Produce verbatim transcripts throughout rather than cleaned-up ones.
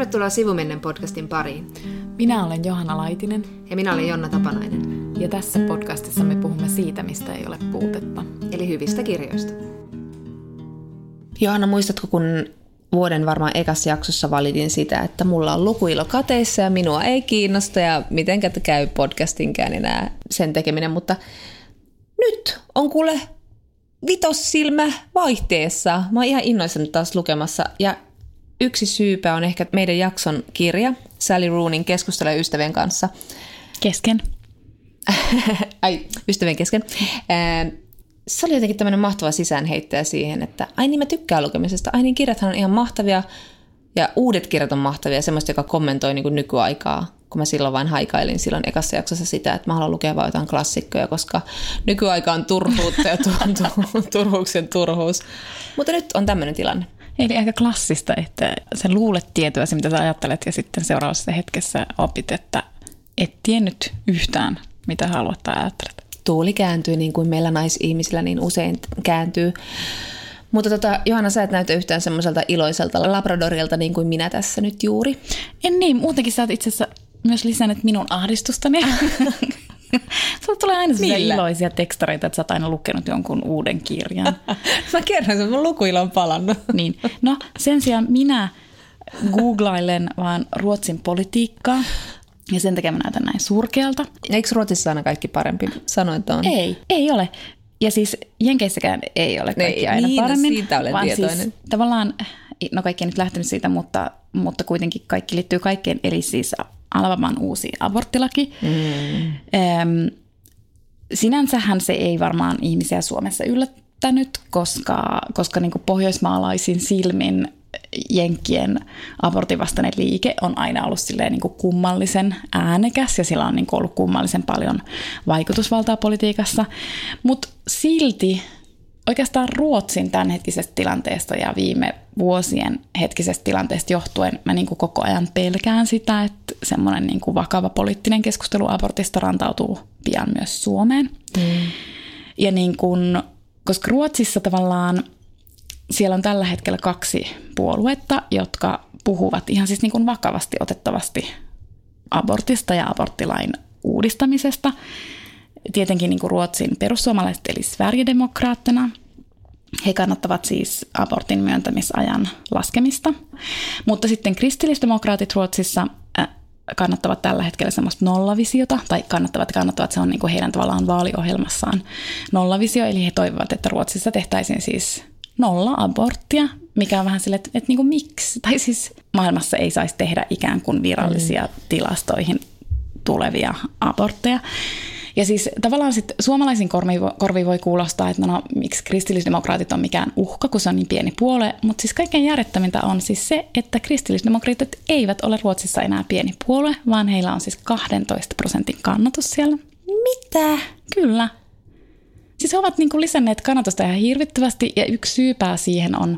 Tervetuloa Sivumennen podcastin pariin. Minä olen Johanna Laitinen. Ja minä olen Jonna Tapanainen. Ja tässä podcastissa me puhumme siitä, mistä ei ole puutetta. Eli hyvistä kirjoista. Johanna, muistatko, kun vuoden varmaan ekassa jaksossa valitin sitä, että mulla on lukuilo kateissa ja minua ei kiinnosta ja mitenkä käy podcastinkään enää sen tekeminen, mutta nyt on kuule vitossilmä vaihteessa. Mä oon ihan innoissani taas lukemassa ja yksi syypä on ehkä meidän jakson kirja, Sally Rooneyn Keskustele ystävien kanssa. Kesken. Ai, ystävien kesken. Se oli jotenkin tämmöinen mahtava sisäänheittäjä siihen, että ai niin mä tykkään lukemisesta. Ai niin kirjathan on ihan mahtavia ja uudet kirjat on mahtavia. Semmoista, joka kommentoi niin kuin nykyaikaa, kun mä silloin vain haikailin silloin ekassa jaksossa sitä, että mä haluan lukea vain jotain klassikkoja, koska nykyaika on turhuutta ja turhuuksen turhuus. Mutta nyt on tämmöinen tilanne. Eli aika klassista, että sä luulet tietoasi, mitä sä ajattelet, ja sitten seuraavassa hetkessä opit, että et tiennyt yhtään, mitä haluat tai ajattelet. Tuuli kääntyy niin kuin meillä naisihmisillä niin usein kääntyy. Mutta tota, Johanna, sä et näytä yhtään semmoiselta iloiselta labradorilta niin kuin minä tässä nyt juuri. En niin, muutenkin sä oot itse asiassa myös lisännyt minun ahdistustani. Sulla tulee aina sellaisia iloisia tekstareita, että sä oot aina lukenut jonkun uuden kirjan. Mä kerron, että mun lukuilo on palannut. Niin. No sen sijaan minä googlailen vaan Ruotsin politiikkaa ja sen takia mä näytän näin surkealta. Eikö Ruotsissa aina kaikki parempi? Sanoin, että on. Ei, ei ole. Ja siis Jenkeissäkään ei ole kaikki ne, aina niin, paremmin. No siitä olen vaan tietoinen. Siis, tavallaan, no kaikki ei nyt lähtenyt siitä, mutta, mutta kuitenkin kaikki liittyy kaikkeen. Eli siis Alabaman uusi aborttilaki. Mm. Ähm, sinänsähän se ei varmaan ihmisiä Suomessa yllättänyt, koska, koska niin kuin pohjoismaalaisin silmin jenkkien abortivastainen liike on aina ollut silleen niin kuin kummallisen äänekäs ja sillä on niin kuin ollut kummallisen paljon vaikutusvaltaa politiikassa. Mutta silti oikeastaan Ruotsin tämänhetkisestä tilanteesta ja viime vuosien hetkisestä tilanteesta johtuen mä niin kuin koko ajan pelkään sitä, että semmoinen niin kuin vakava poliittinen keskustelu abortista rantautuu pian myös Suomeen. Mm. Ja niin kuin, koska Ruotsissa tavallaan siellä on tällä hetkellä kaksi puoluetta, jotka puhuvat ihan siis niin kuin vakavasti otettavasti abortista ja aborttilain uudistamisesta. Tietenkin niin kuin Ruotsin perussuomalaiset eli Sverigedemokraattina. He kannattavat siis abortin myöntämisajan laskemista. Mutta sitten kristillisdemokraatit Ruotsissa kannattavat tällä hetkellä semmoista nollavisiota, tai kannattavat, kannattavat, se on niin kuin heidän tavallaan vaaliohjelmassaan nollavisio, eli he toivovat, että Ruotsissa tehtäisiin siis nolla aborttia, mikä on vähän silleen, että, että niin kuin miksi? Tai siis maailmassa ei saisi tehdä ikään kuin virallisia mm. tilastoihin tulevia abortteja. Ja siis tavallaan sitten suomalaisin korvi, korvi voi kuulostaa, että no, no miksi kristillisdemokraatit on mikään uhka, kun se on niin pieni puolue, mutta siis kaikkein järjettömintä on siis se, että kristillisdemokraatit eivät ole Ruotsissa enää pieni puolue, vaan heillä on siis kaksitoista prosentin kannatus siellä. Mitä? Kyllä. Siis he ovat niin kuin lisänneet kannatusta ihan hirvittävästi ja yksi syypää siihen on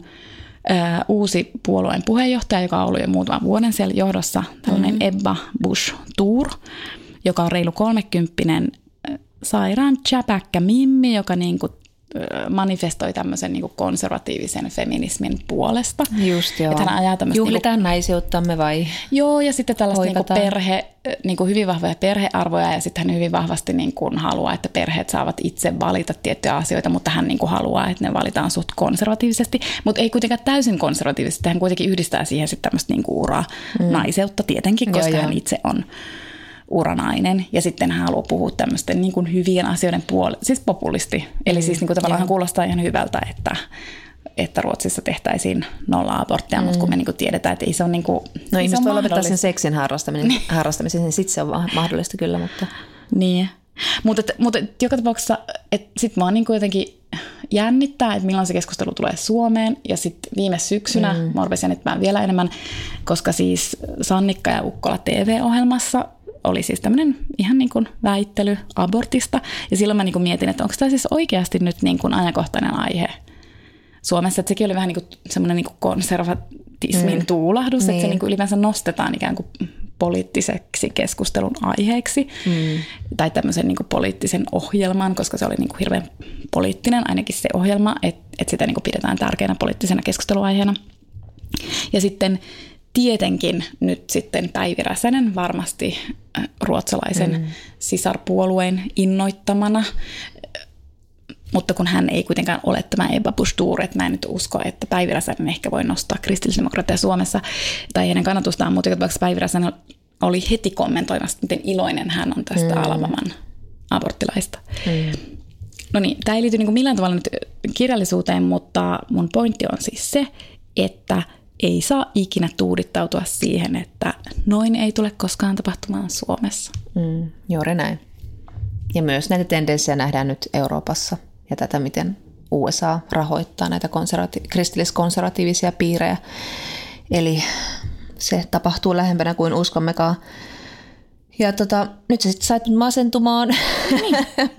ää, uusi puolueen puheenjohtaja, joka on ollut jo muutaman vuoden siellä johdossa, tällainen mm-hmm. Ebba Busch Thor, joka on reilu kolmekymppinen sairaan tsäpäkkä mimmi, joka niin kuin manifestoi tämmöisen niin kuin konservatiivisen feminismin puolesta. Just joo. Että hän ajaa tämmöistä juhlitaan niin kuin, naiseuttamme vai? Joo, ja sitten tällaista niin kuin perhe, niin kuin hyvin vahvoja perhearvoja, ja sitten hän hyvin vahvasti niin kuin haluaa, että perheet saavat itse valita tiettyjä asioita, mutta hän niin kuin haluaa, että ne valitaan suht konservatiivisesti, mutta ei kuitenkaan täysin konservatiivisesti. Hän kuitenkin yhdistää siihen sitten tämmöistä niin kuin uraa mm. naiseutta tietenkin, koska joo, hän joo. itse on uranainen, ja sitten hän haluaa puhua tämmöisten niin kuin hyvien asioiden puolesta, siis populisti. Eli mm, siis niin kuin tavallaan hän kuulostaa ihan hyvältä, että, että Ruotsissa tehtäisiin nolla aborttia, mm. mutta kun me niin kuin tiedetään, että ei se ole niin kuin no ihmiset voi lopettaa sen seksin harrastamisen, harrastamisen niin sitten se on mahdollista kyllä, mutta niin. Mutta, mutta joka tapauksessa, että sitten mä oon niin kuin jotenkin jännittää, että milloin se keskustelu tulee Suomeen, ja sitten viime syksynä mm. mä rupesin jännittämään vielä enemmän, koska siis Sannikka ja Ukkola T V-ohjelmassa oli siis tämmöinen ihan niin kuin väittely abortista. Ja silloin mä niin kuin mietin, että onko tämä siis oikeasti nyt niin kuin ajankohtainen aihe Suomessa. Että sekin oli vähän niin kuin semmoinen niin kuin konservatismin mm. tuulahdus, niin. Että se niin kuin ylipäänsä nostetaan ikään kuin poliittiseksi keskustelun aiheeksi. Mm. Tai tämmöisen niin kuin poliittisen ohjelman, koska se oli niin kuin hirveän poliittinen ainakin se ohjelma, että, että sitä niin kuin pidetään tärkeänä poliittisena keskusteluaiheena. Ja sitten tietenkin nyt sitten Päivi Räsänen varmasti ruotsalaisen mm. sisarpuolueen innoittamana, mutta kun hän ei kuitenkaan ole tämä Ebba Busch Thor, että mä en nyt usko, että Päivi Räsänen ehkä voi nostaa kristillisdemokraatteja Suomessa tai heidän kannatustaan, mutta tapauksessa Päivi Räsänen oli heti kommentoimassa, miten iloinen hän on tästä mm. Alabaman aborttilaista. Mm. No niin, tämä ei liity niin kuin millään tavalla nyt kirjallisuuteen, mutta mun pointti on siis se, että ei saa ikinä tuudittautua siihen, että noin ei tule koskaan tapahtumaan Suomessa. Mm, juuri näin. Ja myös näitä tendenssejä nähdään nyt Euroopassa ja tätä, miten U S A rahoittaa näitä konservati- kristilliskonservatiivisia piirejä. Eli se tapahtuu lähempänä kuin uskommekaan. Ja tota, nyt sä sitten sait masentumaan. Niin.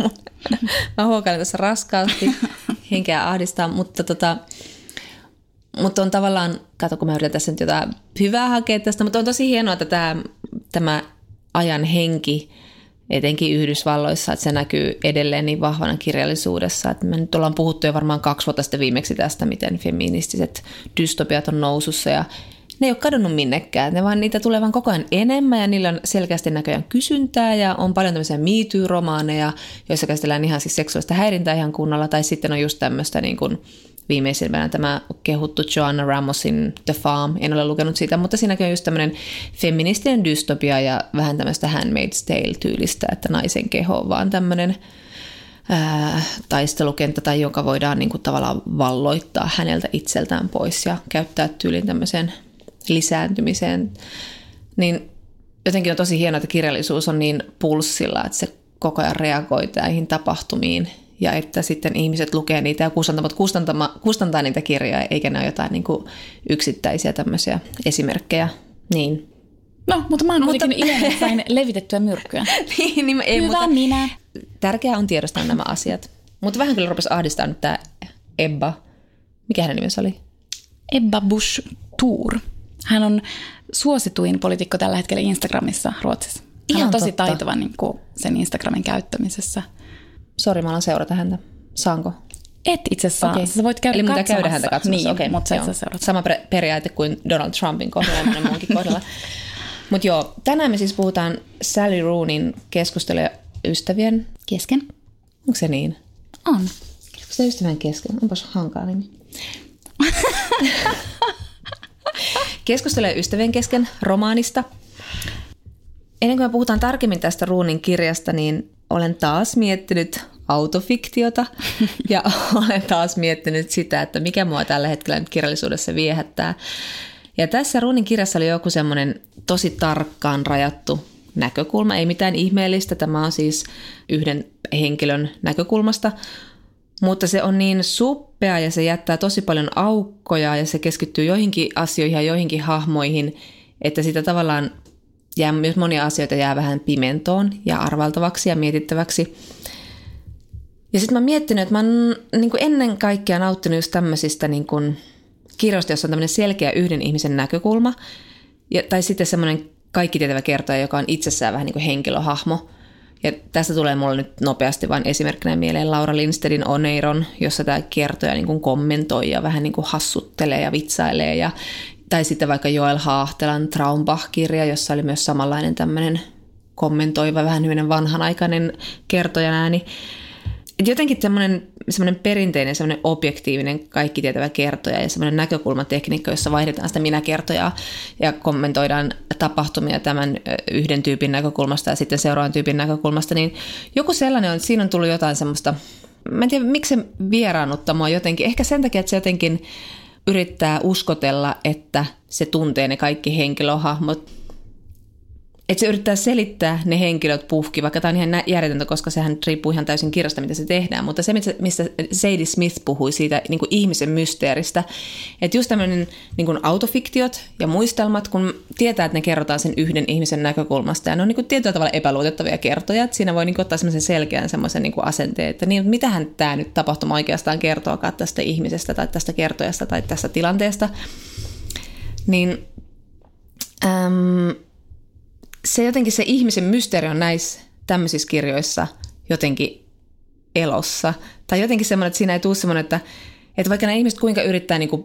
Mä huokailen tässä raskaasti, henkeä ahdistaa, mutta, tota, mutta on tavallaan, kato kun mä yritän tässä nyt jotain hyvää hakea tästä, mutta on tosi hienoa, että tämä, tämä ajan henki, etenkin Yhdysvalloissa, että se näkyy edelleen niin vahvana kirjallisuudessa. Että me nyt ollaan puhuttu jo varmaan kaksi vuotta sitten viimeksi tästä, miten feministiset dystopiat on nousussa ja ne ei ole kadonnut minnekään, ne vaan niitä tulee vaan koko ajan enemmän ja niillä on selkeästi näköjään kysyntää ja on paljon tämmöisiä Me Too-romaaneja, joissa käsitellään ihan siis seksuaalista häirintää ihan kunnolla tai sitten on just tämmöistä niin kuin viimeisimpänä tämä kehuttu Joanna Ramosin The Farm, en ole lukenut siitä, mutta siinäkin on just tämmöinen feministinen dystopia ja vähän tämmöistä Handmaid's Tale-tyylistä, että naisen keho on vaan tämmöinen ää, taistelukenttä tai joka voidaan niin kuin tavallaan valloittaa häneltä itseltään pois ja käyttää tyylin tämmöiseen lisääntymiseen, niin jotenkin on tosi hienoa, että kirjallisuus on niin pulssilla, että se koko ajan reagoi näihin tapahtumiin ja että sitten ihmiset lukee niitä ja kustantaa, kustantaa niitä kirjoja, eikä ne ole jotain niin kuin yksittäisiä tämmöisiä esimerkkejä. Niin. No, mutta mä oon kuitenkin iloinen, että sain levitettyä myrkkyä. niin, niin, ei, Hyvä mutta minä. Tärkeää on tiedostaa nämä asiat. Mutta vähän kyllä rupesi ahdistaa nyt tämä Ebba. Mikä hänen nimensä oli? Ebba Busch Thor. Hän on suosituin poliitikko tällä hetkellä Instagramissa Ruotsissa. Hän Ihan on tosi totta. taitava niin kuin sen Instagramin käyttämisessä. Sori, mä alan seurata häntä. Saanko? Et itse asiassa Okay. Sä voit käydä Eli katsomassa. käydä häntä katsomassa. Niin, Okay. mutta sä et saa seurata. Sama periaate kuin Donald Trumpin kohdalla ja monen muunkin kohdalla. Mutta joo, tänään me siis puhutaan Sally Rooneyn keskusteluja ystävien Kesken? Onko se niin? On. Se ystävän kesken. Onpas hankaa nimi. Keskusteluja ystävien kesken romaanista. Ennen kuin me puhutaan tarkemmin tästä Rooneyn kirjasta, niin olen taas miettinyt autofiktiota ja olen taas miettinyt sitä, että mikä mua tällä hetkellä nyt kirjallisuudessa viehättää. Ja tässä Rooneyn kirjassa oli joku semmoinen tosi tarkkaan rajattu näkökulma, ei mitään ihmeellistä, tämä on siis yhden henkilön näkökulmasta, mutta se on niin suppea ja se jättää tosi paljon aukkoja ja se keskittyy joihinkin asioihin ja joihinkin hahmoihin, että sitä tavallaan jää, myös monia asioita jää vähän pimentoon ja arvaltavaksi ja mietittäväksi. Ja sitten mä oon miettinyt, että mä oon niin kuin ennen kaikkea nauttinut just tämmöisistä niin kuin kirjoista, jossa on tämmöinen selkeä yhden ihmisen näkökulma, ja, tai sitten semmoinen kaikki tietävä kertoja, joka on itsessään vähän niin kuin henkilöhahmo. Ja tästä tulee mulle nyt nopeasti vain esimerkkinä mieleen Laura Lindstedin Oneiron, jossa tämä kertoja niin kuin kommentoi ja vähän niin kuin hassuttelee ja vitsailee. Ja, tai sitten vaikka Joel Haahtelan Traumbach-kirja, jossa oli myös samanlainen tämmöinen kommentoiva, vähän hyvin vanhanaikainen kertojan ääni. Et jotenkin semmoinen, semmoinen perinteinen, semmoinen objektiivinen, kaikki tietävä kertoja ja semmoinen näkökulmatekniikka, jossa vaihdetaan sitä minä-kertojaa ja kommentoidaan tapahtumia tämän yhden tyypin näkökulmasta ja sitten seuraavan tyypin näkökulmasta, niin joku sellainen on, että siinä on tullut jotain semmoista, mä en tiedä miksi se vieraannuttaa mua jotenkin, ehkä sen takia, että se jotenkin yrittää uskotella, että se tuntee ne kaikki henkilöhahmot. Että se yrittää selittää ne henkilöt puhki, vaikka tämä on ihan järjetöntä, koska sehän riippuu ihan täysin kirjasta, mitä se tehdään. Mutta se, mistä Sadie Smith puhui siitä niin kuin ihmisen mysteeristä, että just tämmöinen niin kuin autofiktiot ja muistelmat, kun tietää, että ne kerrotaan sen yhden ihmisen näkökulmasta, ja ne on niin kuin tietyllä tavalla epäluotettavia kertoja, että siinä voi niin kuin ottaa semmoisen selkeän semmoisen niin kuin asenteen, että niin, mitähän tämä nyt tapahtuma oikeastaan kertookaan tästä ihmisestä tai tästä kertojasta tai tästä tilanteesta. Niin äm, se jotenkin se ihmisen mysteeri on näissä tämmöisissä kirjoissa jotenkin elossa. Tai jotenkin semmoinen, että siinä ei tule semmoinen, että, että vaikka nämä ihmiset kuinka yrittää niin kuin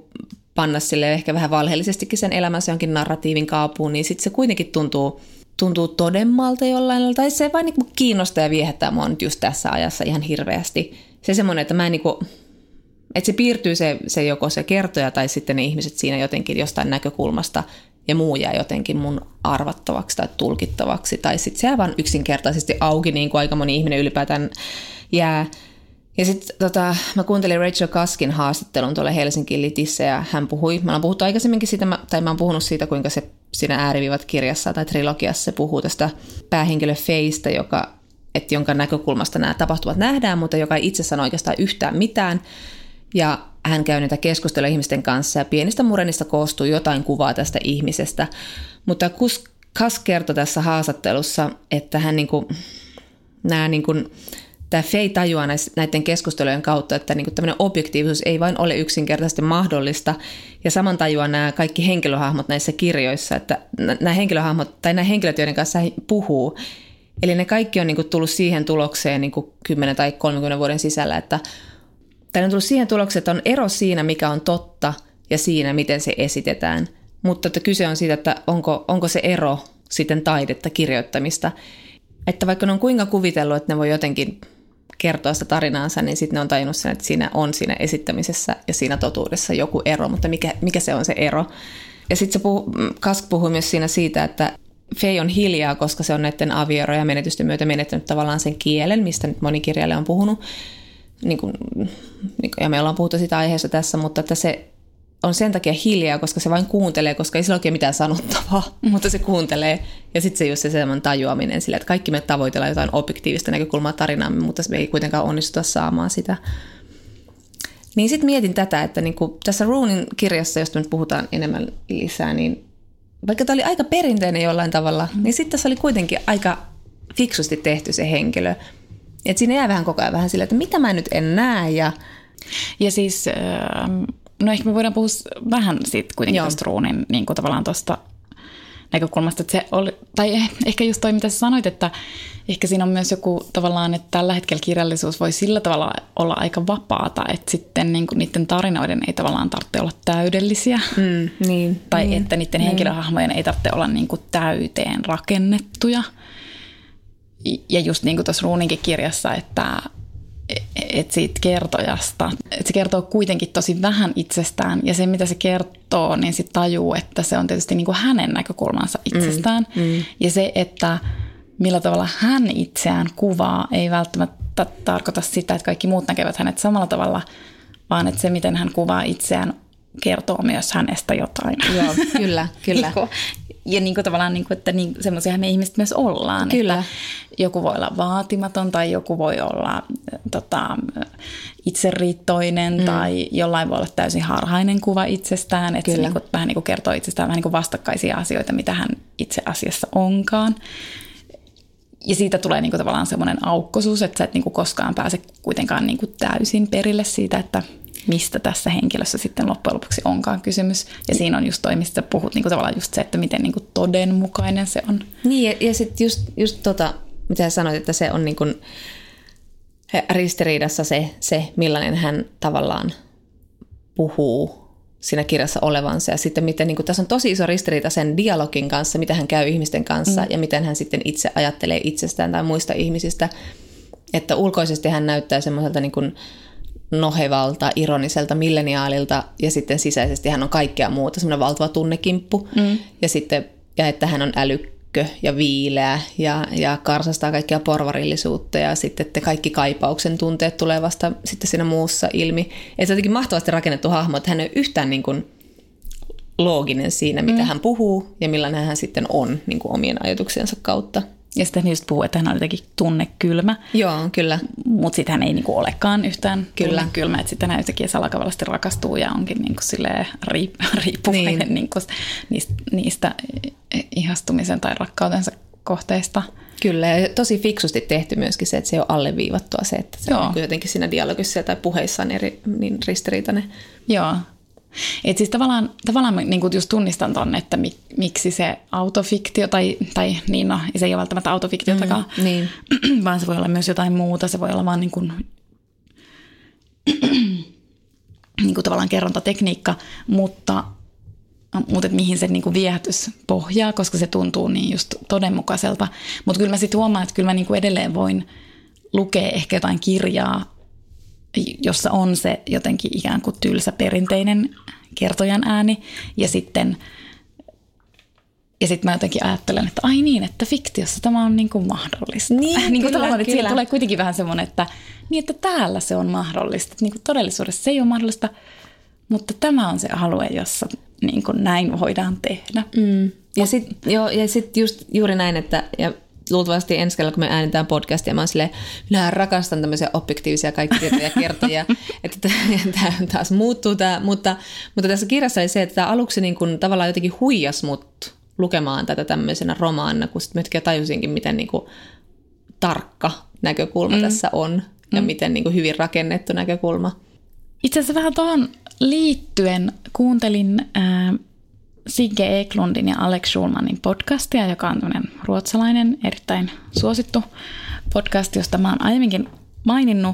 panna sille ehkä vähän valheellisestikin sen elämänsä jonkin narratiivin kaapuun, niin sitten se kuitenkin tuntuu, tuntuu todemmalta jollain lailla. Tai se vain niin kiinnostaa ja viehättää mua nyt just tässä ajassa ihan hirveästi. Se semmoinen, että mä en niin kuin, että se piirtyy se, se joko se kertoja tai sitten ne ihmiset siinä jotenkin jostain näkökulmasta ja muu jää jotenkin mun arvattavaksi tai tulkittavaksi. Tai sitten se jää vaan yksinkertaisesti auki, niin kuin aika moni ihminen ylipäätään jää. Ja sitten tota, mä kuuntelin Rachel Cuskin haastattelun tuolla Helsinki Litissä ja hän puhui, mä oon puhuttu aikaisemminkin siitä, tai mä oon puhunut siitä, kuinka se siinä Ääriviivat kirjassa tai trilogiassa se puhuu tästä päähenkilö Fayestä, joka, et jonka näkökulmasta nämä tapahtumat nähdään, mutta joka ei itse sano oikeastaan yhtään mitään. Ja hän käy näitä keskustelua ihmisten kanssa ja pienistä murenista koostuu jotain kuvaa tästä ihmisestä. Mutta Cus kertoi tässä haastattelussa, että hän niinku, nämä niinku, tämä Faye tajuaa näiden keskustelujen kautta, että niinku tämmöinen objektiivisuus ei vain ole yksinkertaisesti mahdollista. Ja saman tajuaa nämä kaikki henkilöhahmot näissä kirjoissa, että nämä henkilöhahmot tai nämä henkilöt, joiden kanssa hän puhuu, eli ne kaikki on niinku tullut siihen tulokseen niinku kymmenen tai kolmenkymmenen vuoden sisällä, että tai on tullut siihen tulokseen, että on ero siinä, mikä on totta ja siinä, miten se esitetään. Mutta että kyse on siitä, että onko, onko se ero sitten taidetta, kirjoittamista. Että vaikka ne on kuinka kuvitellut, että ne voi jotenkin kertoa sitä tarinaansa, niin sitten ne on tajunnut sen, että siinä on siinä esittämisessä ja siinä totuudessa joku ero, mutta mikä, mikä se on se ero. Ja sitten se puhu, Cusk puhui myös siinä siitä, että Faye on hiljaa, koska se on näiden avioero- ja menetysten myötä menettänyt tavallaan sen kielen, mistä nyt moni kirjailija on puhunut. Niin kuin, ja me ollaan puhuttu sitä aiheesta tässä, mutta että se on sen takia hiljaa, koska se vain kuuntelee, koska ei sillä oikein mitään sanottavaa, mm. mutta se kuuntelee. Ja sitten se just se semmoinen tajuaminen sillä, että kaikki me tavoitellaan jotain objektiivista näkökulmaa tarinaamme, mutta me ei kuitenkaan onnistuta saamaan sitä. Niin sitten mietin tätä, että niinku tässä Roonin kirjassa, josta nyt puhutaan enemmän lisää, niin vaikka tämä oli aika perinteinen jollain tavalla, mm. niin sitten tässä oli kuitenkin aika fiksusti tehty se henkilö. Että siinä jää vähän koko ajan vähän sillä, että mitä mä nyt en näe. Ja, ja siis, no ehkä me voidaan puhua vähän siitä kuitenkin tuosta Roonin niin kuin tavallaan tuosta näkökulmasta, että se oli, tai ehkä just toi, mitä sä sanoit, että ehkä siinä on myös joku tavallaan, että tällä hetkellä kirjallisuus voi sillä tavalla olla aika vapaata, että sitten niin kuin niiden tarinoiden ei tavallaan tarvitse olla täydellisiä. Mm, niin, tai niin, että niiden niin. henkilöhahmojen ei tarvitse olla niin kuin täyteen rakennettuja. Ja just niin kuin tuossa Rooninkin kirjassa, että, että siitä kertojasta, että se kertoo kuitenkin tosi vähän itsestään. Ja se, mitä se kertoo, niin sitten tajuu, että se on tietysti niin kuin hänen näkökulmansa itsestään. Mm, mm. Ja se, että millä tavalla hän itseään kuvaa, ei välttämättä tarkoita sitä, että kaikki muut näkevät hänet samalla tavalla, vaan että se, miten hän kuvaa itseään, kertoo myös hänestä jotain. Joo, kyllä, kyllä. Ja niin kuin tavallaan, niin kuin, että niin, semmoisia me ihmiset myös ollaan. Kyllä. Että joku voi olla vaatimaton tai joku voi olla tota, itseriittoinen mm. tai jollain voi olla täysin harhainen kuva itsestään. Että se niin kuin, vähän niin kuin kertoo itsestään vähän niin kuin vastakkaisia asioita, mitä hän itse asiassa onkaan. Ja siitä tulee niin kuin tavallaan semmoinen aukkoisuus, että sä et niin kuin koskaan pääse kuitenkaan niin kuin täysin perille siitä, että mistä tässä henkilössä sitten loppujen lopuksi onkaan kysymys. Ja siinä on just toi, mistä puhut, niin kuin tavallaan just se, että miten niin kuin todenmukainen se on. Niin, ja, ja sitten just, just tota, mitä sanoit, että se on niin kuin ristiriidassa se, se, millainen hän tavallaan puhuu siinä kirjassa olevansa. Ja sitten miten niin kuin, tässä on tosi iso ristiriita sen dialogin kanssa, mitä hän käy ihmisten kanssa mm. ja miten hän sitten itse ajattelee itsestään tai muista ihmisistä. Että ulkoisesti hän näyttää semmoiselta niin kuin nohevalta, ironiselta milleniaalilta ja sitten sisäisesti hän on kaikkea muuta, semmoinen valtava tunnekimppu. Mm. Ja sitten, ja että hän on älykkö ja viileä ja, ja karsastaa kaikkia porvarillisuutta ja sitten että kaikki kaipauksen tunteet tulee vasta sitten siinä muussa ilmi. Että se on jotenkin mahtavasti rakennettu hahmo, että hän ei ole yhtään niin kuin looginen siinä, mitä mm. hän puhuu ja millainen hän sitten on niin kuin omien ajatuksiensa kautta. Ja sitten just puhuu, että hän on jotenkin tunnekylmä. Joo, kyllä. Mutta sitten hän ei niinku olekaan yhtään kyllä. tunnekylmä. Että sitten hän yhtäkkiä salakavallasti rakastuu ja onkin niinku silleen riippuvainen niin. niinku niistä, niistä ihastumisen tai rakkautensa kohteista. Kyllä, ja tosi fiksusti tehty myöskin se, että se ei ole alleviivattua se, että se Joo. on jotenkin siinä dialogissa tai puheissaan eri, niin ristiriitainen. Joo. Et siis tavallaan, tavallaan mä niinku just tunnistan ton, että mik, miksi se autofiktio, tai, tai niin no, se ei ole välttämättä autofiktiotakaan, mm, niin. vaan se voi olla myös jotain muuta, se voi olla vaan niin kuin niin kuin tavallaan kerrontatekniikka, mutta, mutta et mihin se niin kuin viehätys pohjaa, koska se tuntuu niin just todenmukaiselta. Mutta kyllä mä sitten huomaan, että kyllä mä niin kuin edelleen voin lukea ehkä jotain kirjaa, jossa on se jotenkin ikään kuin tylsä perinteinen kertojan ääni ja sitten ja sitten mä jotenkin ajattelen, että ai niin, että fiktiossa tämä on niin kuin mahdollista. Niin, niin kuin kyllä, tavallaan, että kyllä. tulee kuitenkin vähän semmoinen, että, niin, että täällä se on mahdollista. Että niin kuin todellisuudessa se ei ole mahdollista, mutta tämä on se alue, jossa niin kuin näin voidaan tehdä. Mm. Ja sitten sit just juuri näin, että ja luultavasti ensi kerralla, kun me äänitään podcastia, mä oon silleen, minä rakastan tämmöisiä objektiivisia kaikki tietoja kertoja, että tämä taas muuttuu tämä, mutta, mutta tässä kirjassa oli se, että tämä aluksi niin kuin tavallaan jotenkin huijas mut lukemaan tätä tämmöisenä romaanina, kun sitten mä tajusinkin, miten niin kuin tarkka näkökulma mm. tässä on ja mm. miten niin kuin hyvin rakennettu näkökulma. Itse asiassa vähän tuohon liittyen kuuntelin Äh, Sigge Eklundin ja Alex Schulmanin podcastia, joka on tämmöinen ruotsalainen, erittäin suosittu podcast, josta mä oon aiemminkin maininnut.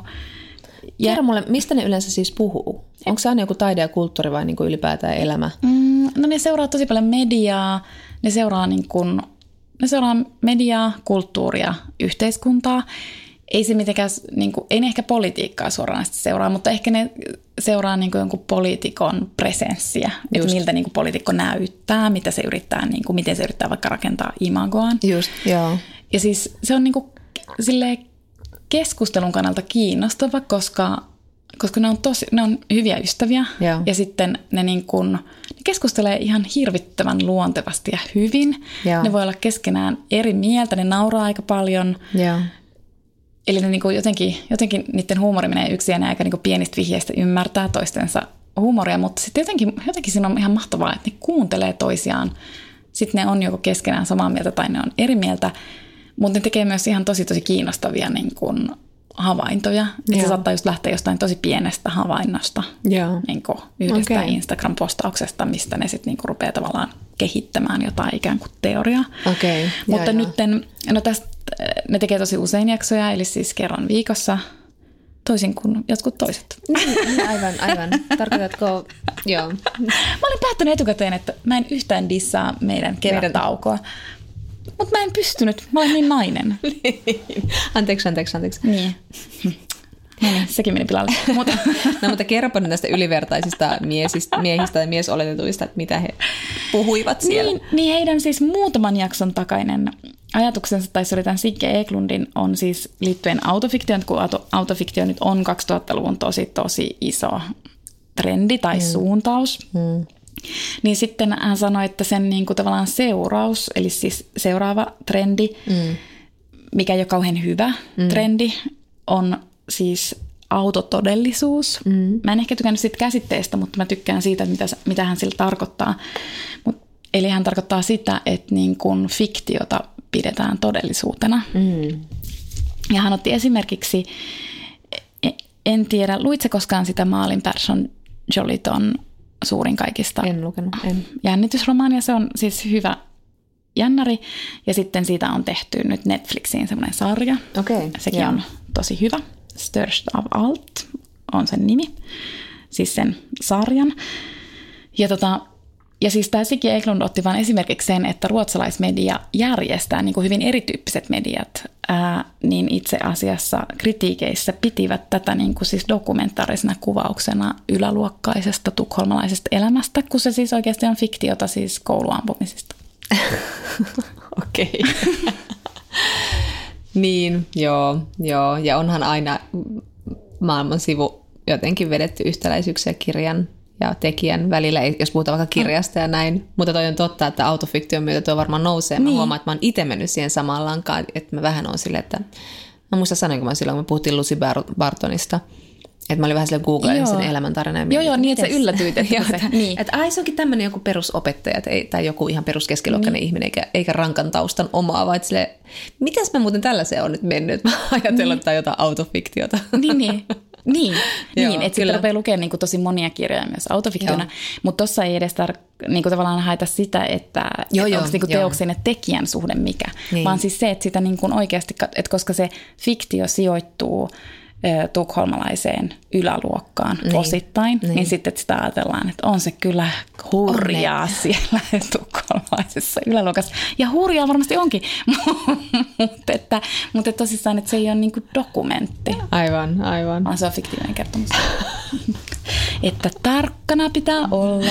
Ja kerro mulle, mistä ne yleensä siis puhuu? Onko se aina joku taide ja kulttuuri vai niin kuin ylipäätään elämä? Mm, no ne seuraa tosi paljon mediaa, ne seuraa, niin kuin, ne seuraa mediaa, kulttuuria, yhteiskuntaa. Ei se mitenkään, niin kuin, ei ne ehkä politiikkaa suoranaisesti seuraa, mutta ehkä ne seuraa niin kuin jonkun poliitikon presenssiä, että miltä niin kuin poliitikko näyttää, mitä se yrittää, niin kuin, miten se yrittää vaikka rakentaa imagoaan. Just, joo. Ja siis se on niin kuin, silleen keskustelun kannalta kiinnostava, koska, koska ne, on tosi, ne on hyviä ystäviä joo. ja sitten ne, niin kuin, ne keskustelee ihan hirvittävän luontevasti ja hyvin. Joo. Ne voi olla keskenään eri mieltä, ne nauraa aika paljon. Joo. Eli ne niinku jotenkin, jotenkin niiden huumori menee yksi ja ne aika niinku pienistä vihjeistä ymmärtää toistensa huumoria, mutta sitten jotenkin, jotenkin siinä on ihan mahtavaa, että ne kuuntelee toisiaan. Sitten ne on joko keskenään samaa mieltä tai ne on eri mieltä, mutta ne tekee myös ihan tosi tosi kiinnostavia niin kuin havaintoja. Että se saattaa just lähteä jostain tosi pienestä havainnosta, niin kuin yhdestä okay. Instagram-postauksesta, mistä ne sitten niin kuin rupeaa tavallaan kehittämään jotain ikään kuin teoriaa. Okay. Mutta ja, nytten, no tästä ne tekee tosi usein jaksoja, eli siis kerran viikossa, toisin kuin jotkut toiset. Niin, aivan, aivan. Tarkoitatko, joo. Mä olin päättänyt etukäteen, että mä en yhtään dissaa meidän kevättaukoa. Mutta mä en pystynyt, mä olen niin nainen. anteeksi, anteeksi, anteeksi. Niin. No niin, sekin meni pilalle. Mutta no mutta kerropa nyt näistä ylivertaisista miesistä, miehistä ja miesoletetuista, että mitä he puhuivat siellä. Niin, niin heidän siis muutaman jakson takainen ajatuksensa, tai se oli tämän Sigge Eklundin, on siis liittyen autofiktioon, kun auto, autofiktio nyt on kaksituhattaluvun tosi tosi iso trendi tai mm. suuntaus. Mm. Niin sitten hän sanoi, että sen niin kuin tavallaan seuraus, eli siis seuraava trendi, mm. mikä ei ole kauhean hyvä mm. trendi, on siis autotodellisuus. Mm. Mä en ehkä tykännyt siitä käsitteestä, mutta mä tykkään siitä, mitä, mitä hän sillä tarkoittaa. Mut, eli hän tarkoittaa sitä, että niin kun fiktiota pidetään todellisuutena. Mm. Ja hän otti esimerkiksi, en tiedä, luitse koskaan sitä Malin Persson Joliton suurin kaikista en lukenut, en. jännitysromaania. Se on siis hyvä jännäri. Ja sitten siitä on tehty nyt Netflixiin semmoinen sarja. Okay, sekin yeah. on tosi hyvä. Störst av allt on sen nimi, siis sen sarjan. Ja, tota, ja siis tämä Sigge Eklund otti vain esimerkiksi sen, että ruotsalaismedia järjestää niin kuin hyvin erityyppiset mediat, ää, niin itse asiassa kritiikeissä pitivät tätä niin kuin siis dokumentaarisena kuvauksena yläluokkaisesta tukholmalaisesta elämästä, kun se siis oikeasti on fiktiota siis kouluampumisista. Okei. Okay. Niin, joo, joo. Ja onhan aina maailman sivu jotenkin vedetty yhtäläisyyksiä kirjan ja tekijän välillä, jos puhutaan vaikka kirjasta ja näin. Mutta toi on totta, että autofiktion myötä tuo varmaan nousee. Mä niin. huomaan, että mä oon itse mennyt siihen samaan lankaan, että mä vähän oon silleen, että mä muista sanoinko mä silloin, kun me puhuttiin Lucy Bartonista, että mä olin vähän silleen googlailin sen elämäntarinan. Joo, joo, niin että sä yllätyit. Että, se, niin. että ai se onkin tämmöinen joku perusopettaja tai joku ihan peruskeskiluokkainen niin. ihminen, eikä, eikä rankan taustan omaa, vaan että silleen, mitäs mä muuten tällaiseen on nyt mennyt? Mä ajatellut, niin. että jotain autofiktiota. Niin, niin. Niin, niin että sitten rupeaa lukemaan niin kuin tosi monia kirjoja myös autofiktiona, mutta tuossa ei edes tar- niin kuin tavallaan haeta sitä, että joo, et joo, onko niin teoksen ja tekijän suhde mikä, niin. vaan siis se, että sitä niin kuin oikeasti, että koska se fiktio sijoittuu tukholmalaiseen yläluokkaan niin. osittain, niin. niin niin sitten että sitä ajatellaan, että on se kyllä hurjaa on siellä tukholmalaisessa yläluokassa. Ja hurjaa varmasti onkin, mutta, että, mutta tosissaan, että se ei ole niin kuin dokumentti. Aivan, aivan. Vaan se on fiktiivinen kertomus. Että tarkkana pitää olla.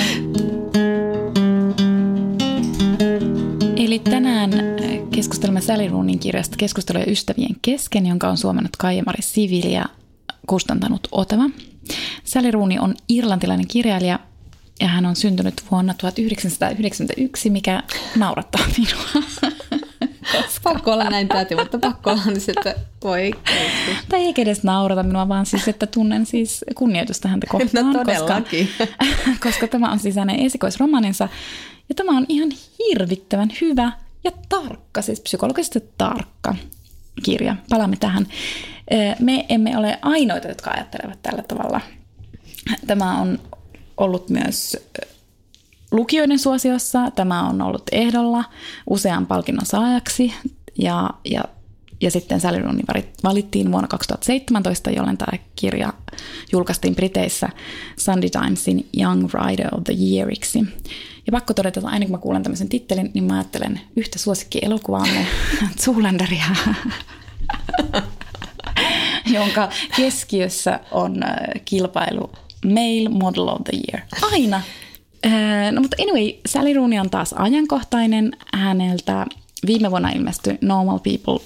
Eli tänään keskustelemme Sally Rooneyn kirjasta Keskusteluja ystävien kesken, jonka on suomennut Kaija-Mari Sivili ja kustantanut Otava. Sally Rooney on irlantilainen kirjailija ja hän on syntynyt vuonna tuhatyhdeksänsataayhdeksänkymmentäyksi, mikä naurattaa minua. Koska... Pakko olla näin täti, mutta pakko olla niin, että voi. Tai ei edes naurata minua, vaan siis, että tunnen siis kunnioitusta häntä kohtaan. No todellakin. Koska, koska tämä on siis hänen esikoisromaninsa. Ja tämä on ihan hirvittävän hyvä ja tarkka, siis psykologisesti tarkka kirja. Palaamme tähän. Me emme ole ainoita, jotka ajattelevat tällä tavalla. Tämä on ollut myös lukijoiden suosiossa. Tämä on ollut ehdolla usean palkinnon saajaksi. Ja, ja, ja sitten Sally Rooney valittiin vuonna kaksituhattaseitsemäntoista, jolloin tämä kirja julkaistiin Briteissä Sunday Timesin Young Writer of the Yeariksi. Ja pakko todeta, että aina kun mä kuulen tämmöisen tittelin, niin mä ajattelen yhtä suosikki-elokuvaamme, Zoolanderia, jonka keskiössä on kilpailu Male Model of the Year. Aina. No mutta anyway, Sally Rooney on taas ajankohtainen. Häneltä viime vuonna ilmestyi Normal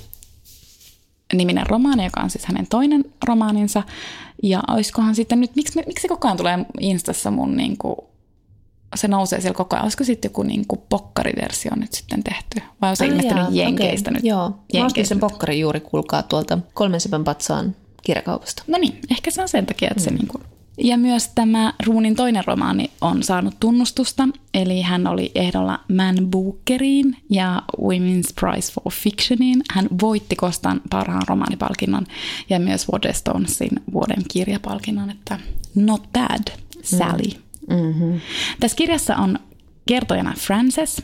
People-niminen romaani, joka on siis hänen toinen romaaninsa. Ja olisikohan sitten nyt, miksi, miksi koko ajan tulee Instassa mun niinku... Se nousee siellä koko ajan. Olisiko sitten joku niin kuin pokkariversio nyt sitten tehty? Vai on se ah, ilmestynyt jaa, Jenkeistä okay. nyt? Joo, mä ostin sen pokkarin juuri, kuulkaa tuolta kolmen sepän patsaan kirjakaupasta. No niin, ehkä se on sen takia, että mm. se niin kuin... Ja myös tämä Rooneyn toinen romaani on saanut tunnustusta. Eli hän oli ehdolla Man Bookeriin ja Women's Prize for Fictioniin. Hän voitti Kostan parhaan romaanipalkinnon ja myös Waterstonesin vuoden kirjapalkinnon. Että not bad, Sally. Mm. Mm-hmm. Tässä kirjassa on kertojana Frances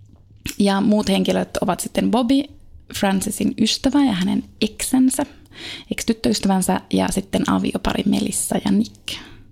ja muut henkilöt ovat sitten Bobby, Francesin ystävä ja hänen eksensä, ex-tyttöystävänsä ja sitten aviopari Melissa ja Nick.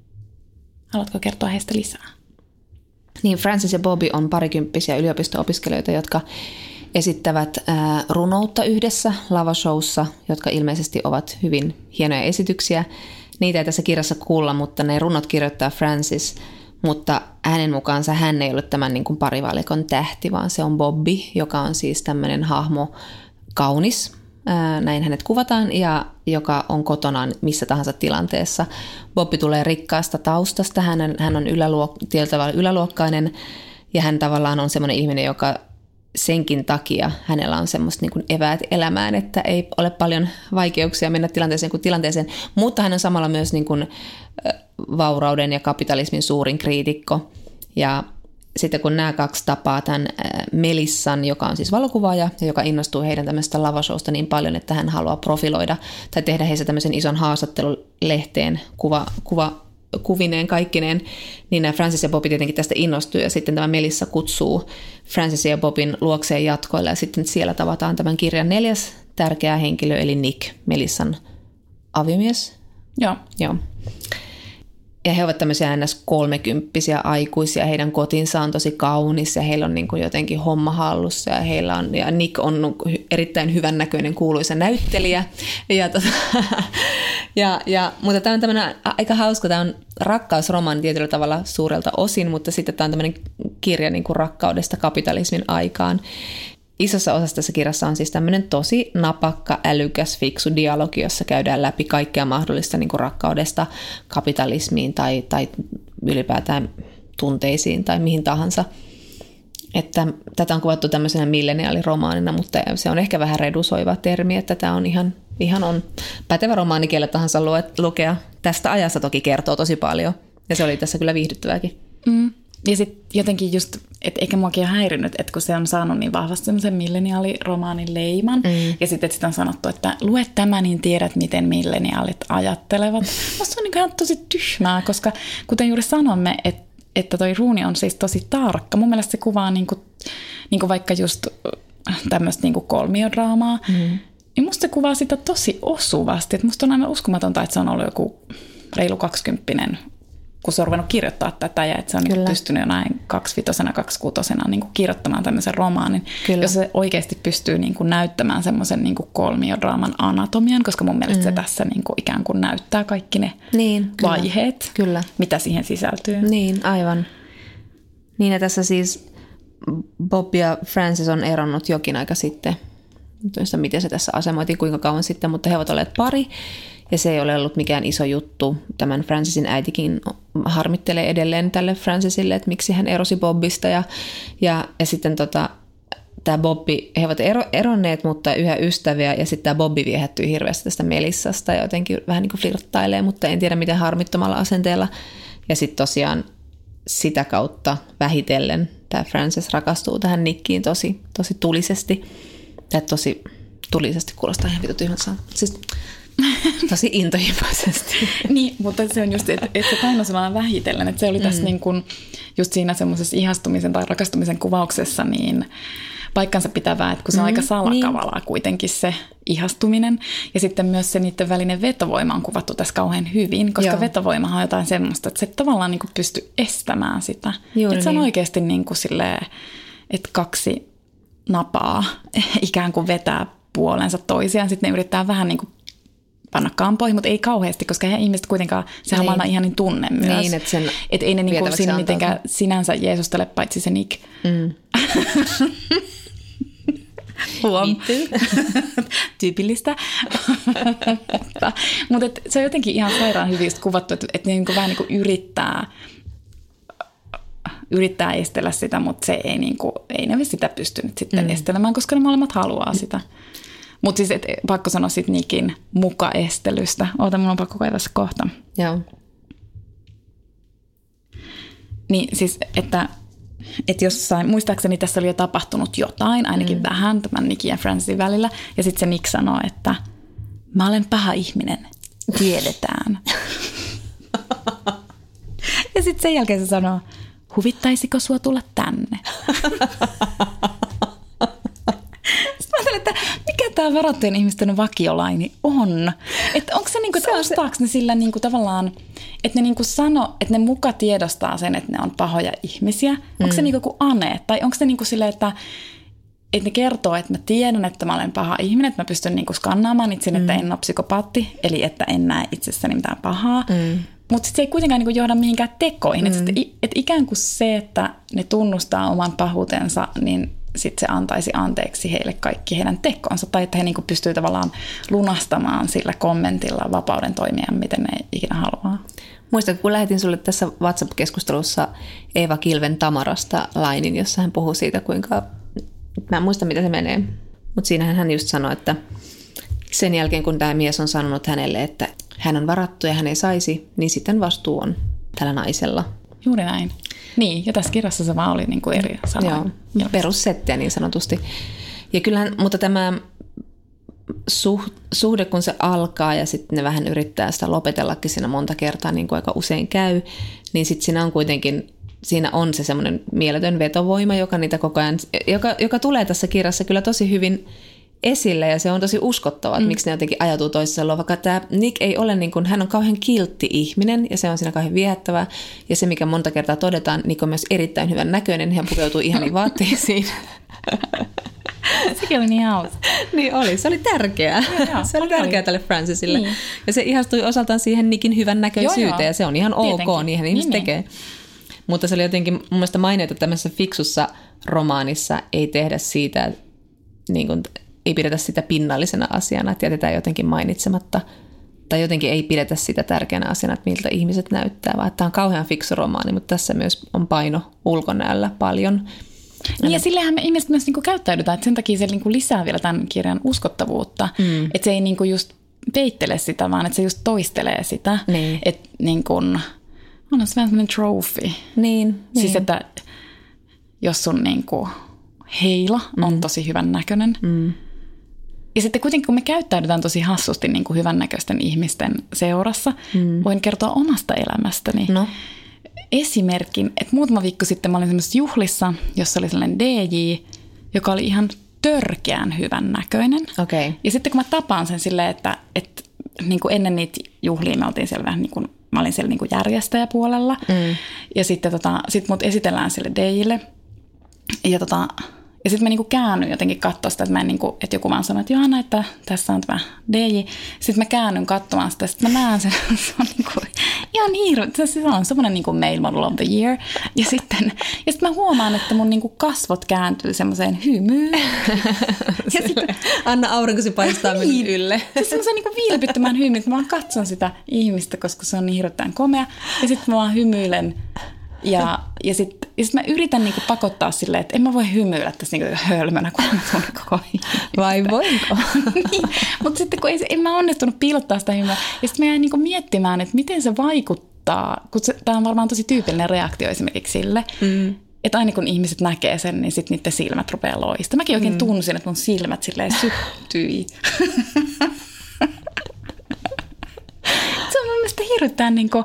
Haluatko kertoa heistä lisää? Niin, Frances ja Bobby on parikymppisiä yliopisto-opiskelijoita, jotka esittävät ää, runoutta yhdessä lavashowssa, jotka ilmeisesti ovat hyvin hienoja esityksiä. Niitä ei tässä kirjassa kuulla, mutta ne runot kirjoittaa Frances, mutta hänen mukaansa hän ei ole tämän niin kuin parivalikon tähti, vaan se on Bobby, joka on siis tämmöinen hahmo kaunis, ää, näin hänet kuvataan, ja joka on kotonaan missä tahansa tilanteessa. Bobby tulee rikkaasta taustasta, hän on, hän on yläluok- tietyllä tavalla yläluokkainen, ja hän tavallaan on semmoinen ihminen, joka senkin takia hänellä on semmoista niin kuin eväät elämään, että ei ole paljon vaikeuksia mennä tilanteeseen kuin tilanteeseen, mutta hän on samalla myös niin kuin vaurauden ja kapitalismin suurin kriitikko. Ja sitten kun nämä kaksi tapaa tämän Melissan, joka on siis valokuvaaja ja joka innostuu heidän tämmöistä lavashowsta niin paljon, että hän haluaa profiloida tai tehdä heissä tämmöisen ison haastattelulehteen kuva, kuva kuvineen kaikkineen, niin nämä Frances ja Bobby tietenkin tästä innostuu, ja sitten tämä Melissa kutsuu Frances ja Bobbyn luokseen jatkoille, ja sitten siellä tavataan tämän kirjan neljäs tärkeä henkilö, eli Nick, Melissan aviomies. Joo. Joo. Ja he ovat tämmöisiä ns. kolmekymppisiä aikuisia, heidän kotinsa on tosi kaunis, ja heillä on niin kuin jotenkin homma hallussa, ja heillä on, ja Nick on erittäin hyvän näköinen kuuluisa näyttelijä, ja, tota, ja, ja, mutta tämä on tämmöinen aika hauska, tämä on rakkausromaani tietyllä tavalla suurelta osin, mutta sitten tämä on tämmöinen kirja niin kuin rakkaudesta kapitalismin aikaan. Isossa osassa tässä kirjassa on siis tämmöinen tosi napakka, älykäs, fiksu dialogi, jossa käydään läpi kaikkea mahdollista niin kuin rakkaudesta kapitalismiin tai, tai ylipäätään tunteisiin tai mihin tahansa. Että tätä on kuvattu tämmöisenä milleniaaliromaanina, mutta se on ehkä vähän redusoiva termi, että tämä on ihan, ihan on pätevä romaani, kelle tahansa lukea. Tästä ajassa toki kertoo tosi paljon, ja se oli tässä kyllä viihdyttävääkin. Mm. Ja sitten jotenkin just, että eikä muakin ole häirinyt, että kun se on saanut niin vahvasti semmoisen milleniaaliromaanin leiman, mm. ja sitten sitä on sanottu, että lue tämä, niin tiedät, miten milleniaalit ajattelevat. Musta se on niin ihan tosi tyhmää, koska kuten juuri sanomme, että, että toi Rooney on siis tosi tarkka. Mun mielestä se kuvaa niin kuin, niin kuin vaikka just tämmöistä niin kuin kolmiodraamaa mm. niin musta se kuvaa sitä tosi osuvasti. Et musta on aina uskomatonta, että se on ollut joku reilu kaksikymppinen, kun se on ruvennut kirjoittaa tätä ja että se on niin pystynyt jo näin kaksivitosena, kaksikuutosena niin kirjoittamaan tämmöisen romaanin, Kyllä. jos se oikeasti pystyy niin kuin näyttämään semmoisen niin kuin kolmiodraaman anatomian, koska mun mielestä mm. se tässä niin kuin ikään kuin näyttää kaikki ne niin, kyllä. vaiheet, kyllä. mitä siihen sisältyy. Niin, aivan. Niin ja tässä siis Bob ja Frances on eronnut jokin aika sitten. En miten se tässä asemoitiin, kuinka kauan sitten, mutta he ovat olleet pari. Ja se ei ole ollut mikään iso juttu. Tämän Francesin äitikin harmittelee edelleen tälle Francesille, että miksi hän erosi Bobista. Ja, ja, ja sitten tota, tämä Bobbi, he ovat ero, eronneet, mutta yhä ystäviä. Ja sitten tämä Bobbi viehättyy hirveästi tästä Melissasta ja jotenkin vähän niin kuin flirttailee, mutta en tiedä miten harmittomalla asenteella. Ja sitten tosiaan sitä kautta vähitellen tämä Frances rakastuu tähän Nickiin tosi, tosi tulisesti. Tämä tosi tulisesti kuulostaa ihan vitu tyhmältä sanaa. Siis tosi intohimoisesti. Niin, mutta se on just, että, että se paino sellainen vähitellen, että se oli tässä mm. niin kuin just siinä semmoisessa ihastumisen tai rakastumisen kuvauksessa niin paikkansa pitävää, että kun se on mm, aika salakavalaa niin. kuitenkin se ihastuminen. Ja sitten myös se niiden välinen vetovoima on kuvattu tässä kauhean hyvin, koska Joo. vetovoimahan on jotain semmoista, että se tavallaan niin kuin pystyy estämään sitä. Juuri että se on niin. oikeasti niin kuin silleen, että kaksi napaa ikään kuin vetää puolensa toisiaan. Sitten ne yrittää vähän niin kuin panna kampoihin, mutta ei kauheasti, koska he ihmiset kuitenkaan, sehän niin. on aina ihan niin tunne myös. Niin, että sen et ei ne niin kuin siinä mitenkään sinänsä Jeesustele, paitsi se Nick. Mm. Huom. Tyypillistä. Mutta se on jotenkin ihan sairaan hyvin kuvattu, että et ne niin kuin vähän niin kuin yrittää, yrittää estellä sitä, mutta se ei, niin kuin, ei ne sitä pystynyt sitten mm. estelemään, koska ne molemmat haluaa sitä. Mutta siis et, pakko sanoa sitten Nickin mukaestelystä. Oota, mun on pakko kaivaa se kohta. Joo. Niin siis, että, että jossain, muistaakseni tässä oli jo tapahtunut jotain, ainakin mm. vähän tämän Nickin ja Francesin välillä. Ja sitten se Nick sanoo, että mä olen paha ihminen, tiedetään. Ja sitten sen jälkeen se sanoo, huvittaisiko sua tulla tänne? Että mikä tämä varattujen ihmisten vakiolaini on? Että onko se, niinku, että ostaako ne sillä niinku, tavallaan, että ne niinku sano, että ne muka tiedostaa sen, että ne on pahoja ihmisiä? Mm. Onko se niinku kuin Ane? Tai onko se niinku silleen, että, että ne kertoo, että mä tiedän, että mä olen paha ihminen, että mä pystyn niinku skannaamaan itse, mm. että en ole psykopaatti, eli että en näe itsessäni mitään pahaa. Mm. Mutta se ei kuitenkaan niinku johda mihinkään tekoihin. Mm. Että et ikään kuin se, että ne tunnustaa oman pahuutensa, niin sitten se antaisi anteeksi heille kaikki heidän tekonsa, tai että he niinku pystyy tavallaan lunastamaan sillä kommentilla vapauden toimia, miten ne ikinä haluaa. Muistatko, kun lähetin sulle tässä WhatsApp-keskustelussa Eeva Kilven Tamarasta lainin, jossa hän puhuu siitä, kuinka, mä en muista mitä se menee, mutta siinähän hän just sanoi, että sen jälkeen kun tämä mies on sanonut hänelle, että hän on varattu ja hän ei saisi, niin sitten vastuu on tällä naisella. Juuri näin. Niin, ja tässä kirjassa se vaan oli niin kuin eri sana. Joo, perussettiä niin sanotusti. Ja kyllähän, mutta tämä suh, suhde, kun se alkaa ja sitten ne vähän yrittää sitä lopetellakin siinä monta kertaa, niin kuin aika usein käy, niin sitten siinä on kuitenkin, siinä on se semmoinen mieletön vetovoima, joka niitä koko ajan, joka, joka tulee tässä kirjassa kyllä tosi hyvin esille ja se on tosi uskottava, että mm. miksi ne jotenkin ajatuu toisella, vaikka tämä Nick ei ole niin kuin, hän on kauhean kiltti ihminen ja se on siinä kauhean viehättävää ja se mikä monta kertaa todetaan, Nick on myös erittäin hyvän näköinen, hän pukeutuu ihaniin vaatteisiin. Sekin oli niin hauska. Niin oli, se oli tärkeää. Joo, se oli tärkeää tälle Francesille niin. Ja se ihastui osaltaan siihen Nickin hyvän näköisyyteen joo, joo. Ja se on ihan Tietenkin. ok, niinhän ihmiset niin, tekee. Niin. Mutta se oli jotenkin mun mielestä mainita, että tämmöisessä fiksussa romaanissa ei tehdä siitä niin kuin ei pidetä sitä pinnallisena asiana, että jätetään jotenkin mainitsematta, tai jotenkin ei pidetä sitä tärkeänä asiana, että miltä ihmiset näyttää, vaan tämä on kauhean fiksu romaani, mutta tässä myös on paino ulkonäöllä paljon. Niin ja sillehän me ihmiset myös niinku käyttäydytään, että sen takia se niinku lisää vielä tämän kirjan uskottavuutta, mm. että se ei niinku just peittele sitä, vaan että se just toistelee sitä, niin. Että niinku, on se vähän sellainen trophy. Niin, siis niin. että jos sun niinku heila on mm. tosi hyvän näköinen, mm. ja sitten kuitenkin, kun me käyttäydytään tosi hassusti niin kuin hyvännäköisten ihmisten seurassa, mm. voin kertoa omasta elämästäni. No. Esimerkin, että muutama viikko sitten mä olin semmoisessa juhlissa, jossa oli sellainen D J, joka oli ihan törkeän hyvän näköinen. Okay. Ja sitten kun mä tapaan sen silleen, että, että niin kuin ennen niitä juhlia me oltiin siellä vähän niin kuin, mä olin siellä niin kuin järjestäjäpuolella. Mm. Ja sitten tota, sit mut esitellään sille D J:lle. Ja tota... Ja sitten mä niinku käännyin jotenkin katsoa sitä, että, mä en niinku, että joku vaan sanoi, että Johanna, että tässä on tämä D J. Sitten mä käännyin katsomaan sitä, sitten mä näen sen, se on niinku ihan hirveä. Se on semmoinen niinku male model of the year. Ja sitten ja sit mä huomaan, että mun niinku kasvot kääntyy semmoiseen hymyyn. Ja sitten, Anna aurinkosi paistaa niin, minun ylle. Siis semmoisen niinku vilpittömän hymyn, että mä vaan katson sitä ihmistä, koska se on niin hirveän komea. Ja sitten mä vaan hymyilen. Ja, ja sitten sit mä yritän niinku pakottaa silleen, että en mä voi hymyillä tässä niinku hölmönä, kun mä tuun koko ajan. Vai voinko? Niin, mutta sitten kun ei, en mä onnistunut piilottaa sitä hymyä. Ja sitten mä jäin niinku miettimään, että miten se vaikuttaa, kun tämä on varmaan tosi tyypillinen reaktio esimerkiksi sille, mm. että aina kun ihmiset näkee sen, niin sitten niiden silmät rupeaa loistamaan. Mäkin oikein mm. tunsin, että mun silmät silleen syttyi. Se on mun mielestä hirveän niinku...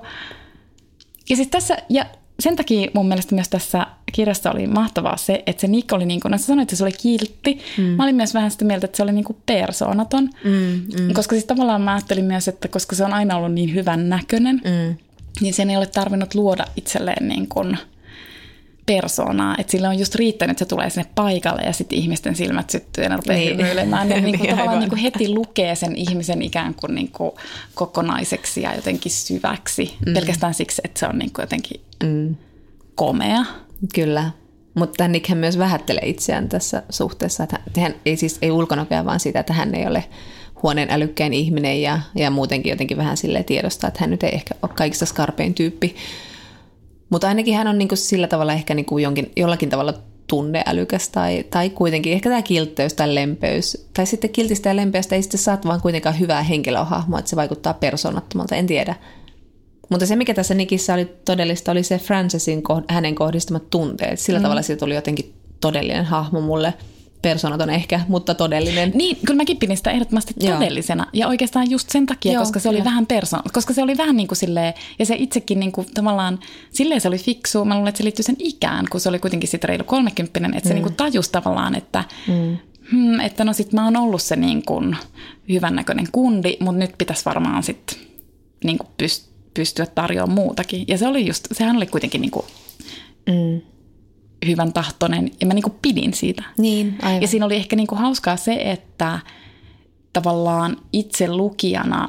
Ja sitten tässä... Ja sen takia mun mielestä myös tässä kirjassa oli mahtavaa se, että se Nick oli niin kuin, no sä sanoit, että se oli kiltti. Mm. Mä olin myös vähän sitä mieltä, että se oli niin kuin persoonaton. Mm, mm. Koska siis tavallaan mä ajattelin myös, että koska se on aina ollut niin hyvän näköinen, mm. niin sen ei ole tarvinnut luoda itselleen niin kuin persoonaa. Että sillä on just riittänyt, että se tulee sinne paikalle ja sitten ihmisten silmät syttyy ja ne rupeaa niin. hymyilemään. Ja niin kuin tavallaan niin kuin heti lukee sen ihmisen ikään kuin, niin kuin kokonaiseksi ja jotenkin syväksi. Mm. Pelkästään siksi, että se on niin kuin jotenkin mm. komea. Kyllä. Mutta Nickhän myös vähättelee itseään tässä suhteessa. Että hän ei siis ei ulkonäköä, vaan siitä, että hän ei ole huoneen älykkäin ihminen ja, ja muutenkin jotenkin vähän silleen tiedostaa, että hän nyt ei ehkä ole kaikista skarpein tyyppi. Mutta ainakin hän on niinku sillä tavalla ehkä niinku jonkin, jollakin tavalla tunneälykäs tai, tai kuitenkin ehkä tämä kiltteys tai lempeys. Tai sitten kiltistä ja lempeästä ei sitten saa vaan kuitenkaan hyvää henkilöhahmoa, että se vaikuttaa persoonattomalta, en tiedä. Mutta se, mikä tässä Nickissä oli todellista, oli se Francesin, hänen kohdistamat tunteet. Sillä mm. tavalla siitä tuli jotenkin todellinen hahmo mulle. Persoonaton ehkä, mutta todellinen. Niin, kyllä mäkin pidin sitä ehdottomasti todellisena. Joo. Ja oikeastaan just sen takia, Joo, koska se oli kyllä. vähän persoon, koska se oli vähän niin kuin silleen, ja se itsekin niin kuin tavallaan, silleen se oli fiksu. Mä luulen, että se liittyy sen ikään, kun se oli kuitenkin sitten reilu kolmekymppinen, että mm. se niin kuin tajusi tavallaan, että, mm. hmm, että no sit mä oon ollut se niin kuin hyvännäköinen kundi, mutta nyt pitäisi varmaan sitten niin kuin pystyä tarjoamaan muutakin. Ja se oli just, sehän oli kuitenkin niin kuin... Mm. hyvän tahtoinen, ja mä niinku pidin siitä. Niin, aivan. Ja siinä oli ehkä niinku hauskaa se, että tavallaan itse lukijana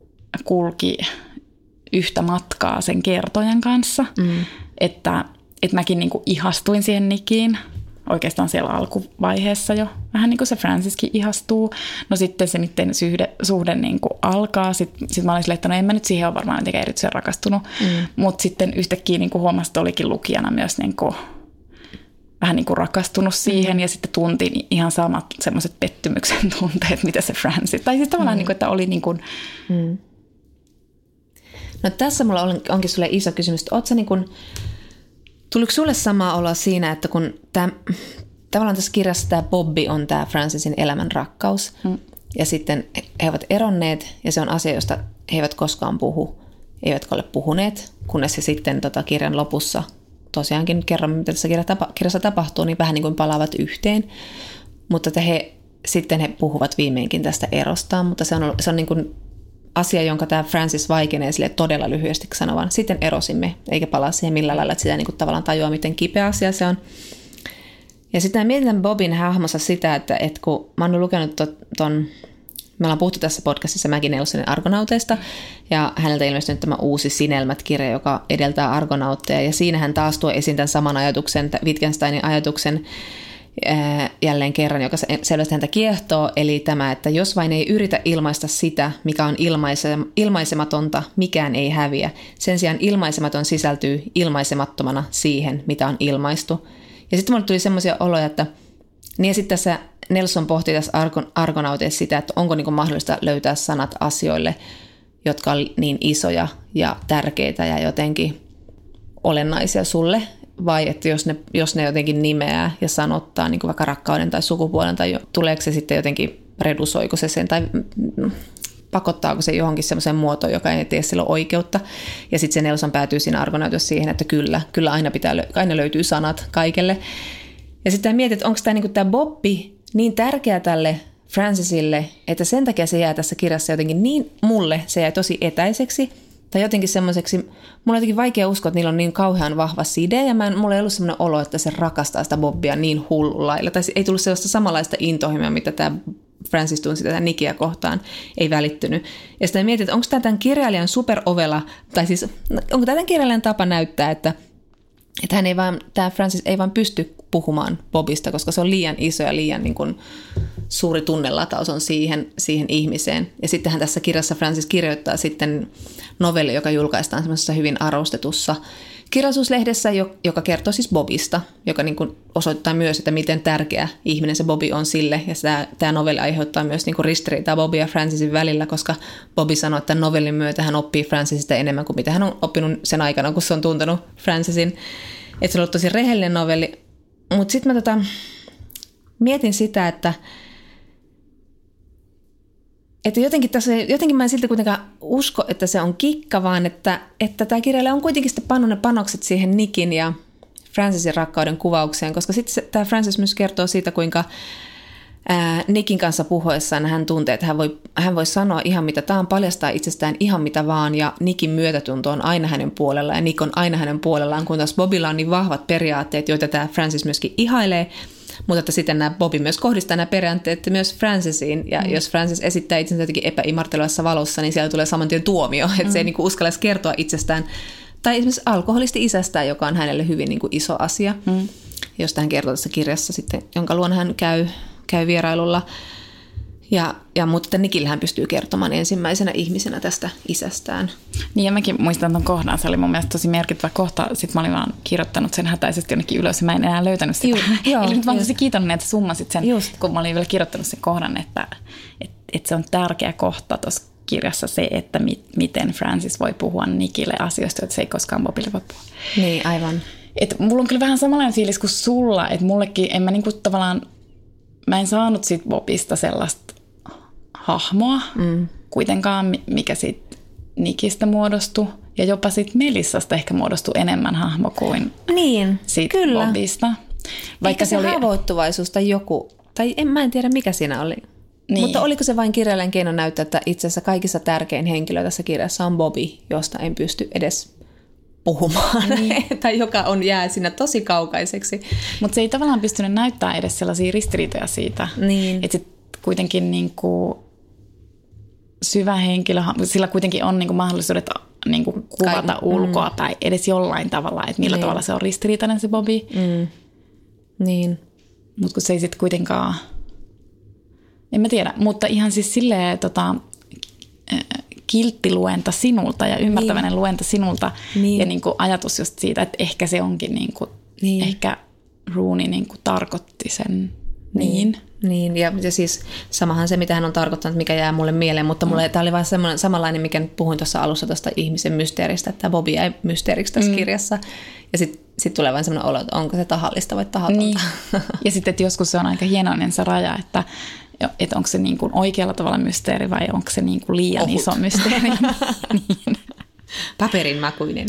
kulki yhtä matkaa sen kertojan kanssa, mm. että, että mäkin niinku ihastuin siihen Nickiin, oikeastaan siellä alkuvaiheessa jo. Vähän niin kuin se Franciskin ihastuu. No sitten se niiden suhde, suhde niin kuin alkaa. Sitten sit mä olin silleen, että no en mä nyt siihen ole varmaan mitenkään erityisen rakastunut. Mm. Mutta sitten yhtäkkiä niin kuin huomasin, että olikin lukijana myös niin kuin vähän niin kuin rakastunut siihen, mm. ja sitten tuntiin ihan samat semmoiset pettymyksen tunteet, mitä se Francis. Tai siis tavallaan, mm. niin kuin, että oli niin kuin... Mm. No tässä mulla on, onkin sulle iso kysymys. Oot sä niin kuin, tuliko sulle samaa oloa siinä, että kun tämä, tavallaan tässä kirjassa tämä Bobby on tämä Francisin elämän rakkaus, mm. ja sitten he ovat eronneet, ja se on asia, josta he eivät koskaan puhu, eivätkä ole puhuneet, kunnes se sitten tota, kirjan lopussa tosiaankin kerran, mitä tässä kirjassa tapahtuu, niin vähän niin kuin palaavat yhteen. Mutta että he, sitten he puhuvat viimeinkin tästä erostaan, mutta se on, se on niin kuin asia, jonka tämä Francis vaikenee sille todella lyhyesti sanovan. Sitten erosimme, eikä palaa siihen millään lailla, että sitä niin kuin tavallaan tajuaa, miten kipeä asia se on. Ja sitten mä mietin Bobin hahmossa sitä, että, että kun mä oon lukenut ton, me ollaan puhuttu tässä podcastissa Maggie Nelsonin Argonauteista, ja häneltä ilmestynyt tämä uusi Sinelmät-kirja, joka edeltää Argonautteja, ja siinä hän taas tuo esiin tämän saman ajatuksen, Wittgensteinin ajatuksen ää, jälleen kerran, joka selvästi häntä kiehtoo, eli tämä, että jos vain ei yritä ilmaista sitä, mikä on ilmaise- ilmaisematonta, mikään ei häviä. Sen sijaan ilmaisematon sisältyy ilmaisemattomana siihen, mitä on ilmaistu. Ja sitten mulle tuli semmoisia oloja, että niin ja sitten tässä Nelson pohti tässä Argonauteissa sitä, että onko niin kuin mahdollista löytää sanat asioille, jotka on niin isoja ja tärkeitä ja jotenkin olennaisia sulle, vai että jos ne, jos ne jotenkin nimeää ja sanottaa niin kuin vaikka rakkauden tai sukupuolen, tai tuleeko se sitten jotenkin, redusoiko se sen, tai pakottaako se johonkin semmoiseen muotoon, joka ei tee silloin oikeutta. Ja sitten se Nelson päätyy siinä Argonautissa siihen, että kyllä, kyllä aina, pitää, aina löytyy sanat kaikelle. Ja sitten mietit, että onko tämä, niin tämä Bobby niin tärkeä tälle Francisille, että sen takia se jää tässä kirjassa jotenkin niin, mulle se jäi tosi etäiseksi, tai jotenkin semmoiseksi, mulla on jotenkin vaikea uskoa, että niillä on niin kauhean vahva side, ja mä en, mulla ei ollut semmoinen olo, että se rakastaa sitä Bobbia niin hullulla, tai ei tullut sellaista samanlaista intohimoa, mitä tämä Francis tunsi tätä Nickiä kohtaan, ei välittynyt. Ja sitten mietin, että onko tämä tämän kirjailijan superovela, tai siis onko tämä tämän kirjailijan tapa näyttää, että, että hän ei vaan, tämä Francis ei vaan pysty puhumaan Bobista, koska se on liian iso ja liian niin kuin suuri tunnelataus on siihen, siihen ihmiseen. Ja sittenhän tässä kirjassa Francis kirjoittaa sitten novelli, joka julkaistaan semmoisessa hyvin arvostetussa kirjallisuuslehdessä, joka kertoo siis Bobista, joka niin kuin osoittaa myös, että miten tärkeä ihminen se Bobby on sille. Ja tämä, tämä novelli aiheuttaa myös niin kuin ristiriitaa Bobby ja Francisin välillä, koska Bobby sanoo, että novellin myötä hän oppii Francisista enemmän kuin mitä hän on oppinut sen aikana, kun se on tuntenut Francisin. Että se on ollut tosi rehellinen novelli. Mutta sitten mä tota, mietin sitä, että Että jotenkin, tässä, jotenkin mä en silti kuitenkaan usko, että se on kikka, vaan että, että tämä kirjailija on kuitenkin sitten pannut ne panokset siihen Nickin ja Francisin rakkauden kuvaukseen, koska sitten tämä Francis myös kertoo siitä, kuinka ää, Nickin kanssa puhuessaan hän tuntee, että hän voi, hän voi sanoa ihan mitä tahan, paljastaa itsestään ihan mitä vaan, ja Nickin myötätunto on aina hänen puolellaan, ja Nick on aina hänen puolellaan, kun taas Bobilla on niin vahvat periaatteet, joita tämä Francis myöskin ihailee, mutta että sitten nämä Bobby myös kohdistaa nämä periaatteet myös Francisiin, ja mm. jos Francis esittää itsensä jotenkin epäimartelevassa valossa, niin siellä tulee saman tien tuomio, että mm. se ei niin kuin uskalla kertoa itsestään, tai esimerkiksi alkoholisti isästään, joka on hänelle hyvin niin kuin iso asia, mm. josta hän kertoo tässä kirjassa sitten, jonka luona hän käy, käy vierailulla, ja, ja, mutta Nickille hän pystyy kertomaan ensimmäisenä ihmisenä tästä isästään. Niin ja mäkin muistan ton kohdan, se oli mun mielestä tosi merkittävä kohta, sitten mä olin vaan kirjoittanut sen hätäisesti jonnekin ylös ja mä en enää löytänyt sitä. Just, joo, eli nyt mä olen tosi kiitollinen, että summasit sen, just. Kun mä olin vielä kirjoittanut sen kohdan, että, että, että se on tärkeä kohta tuossa kirjassa se, että mi, miten Francis voi puhua Nickille asioista, että se ei koskaan Bobille voi puhua. Niin, aivan. Et mulla on kyllä vähän samanlainen fiilis kuin sulla, että mullekin en mä niinku tavallaan, mä en saanut siitä Bobista sellaista hahmoa mm. kuitenkaan, mikä siitä Nickistä muodostui. Ja jopa siitä Melissasta ehkä muodostui enemmän hahmo kuin niin, siitä kyllä. Bobista. Vaikka se, se oli haavoittuvaisuus tai joku, tai en, mä en tiedä mikä siinä oli. Niin. Mutta oliko se vain kirjailijan keino näyttää, että itse asiassa kaikissa tärkein henkilö tässä kirjassa on Bobby, josta en pysty edes puhumaan, niin. tai joka on jää siinä tosi kaukaiseksi. Mutta se ei tavallaan pystynyt näyttämään edes sellaisia ristiriitoja siitä. Niin. Että sitten kuitenkin niinku syvä henkilö, sillä kuitenkin on niinku mahdollisuudet niinku kuvata Kai, ulkoa mm. päin edes jollain tavalla, että millä niin. tavalla se on ristiriitainen se Bobby. Mm. Niin. Mutta kun se ei sitten kuitenkaan, en mä tiedä, mutta ihan siis silleen tota, kilttiluenta sinulta ja ymmärtäväinen niin. luenta sinulta niin. ja niinku ajatus just siitä, että ehkä se onkin, niinku, niin. ehkä Rooney niinku tarkoitti sen niin. niin. Niin, ja, ja siis samahan se, mitä hän on tarkoittanut, mikä jää mulle mieleen, mutta mulle mm. tämä oli vaan semmoinen samanlainen, mikä nyt puhuin tuossa alussa tuosta ihmisen mysteeristä, että Bobby jäi mysteeriksi tässä mm. kirjassa. Ja sitten sit tulee vaan semmoinen olo, että onko se tahallista vai tahatonta. Niin. Ja sitten, että joskus se on aika hienoinen se raja, että, että onko se niin kuin oikealla tavalla mysteeri vai onko se niin kuin liian Ohut. iso mysteeri. niin. Paperin makuinen.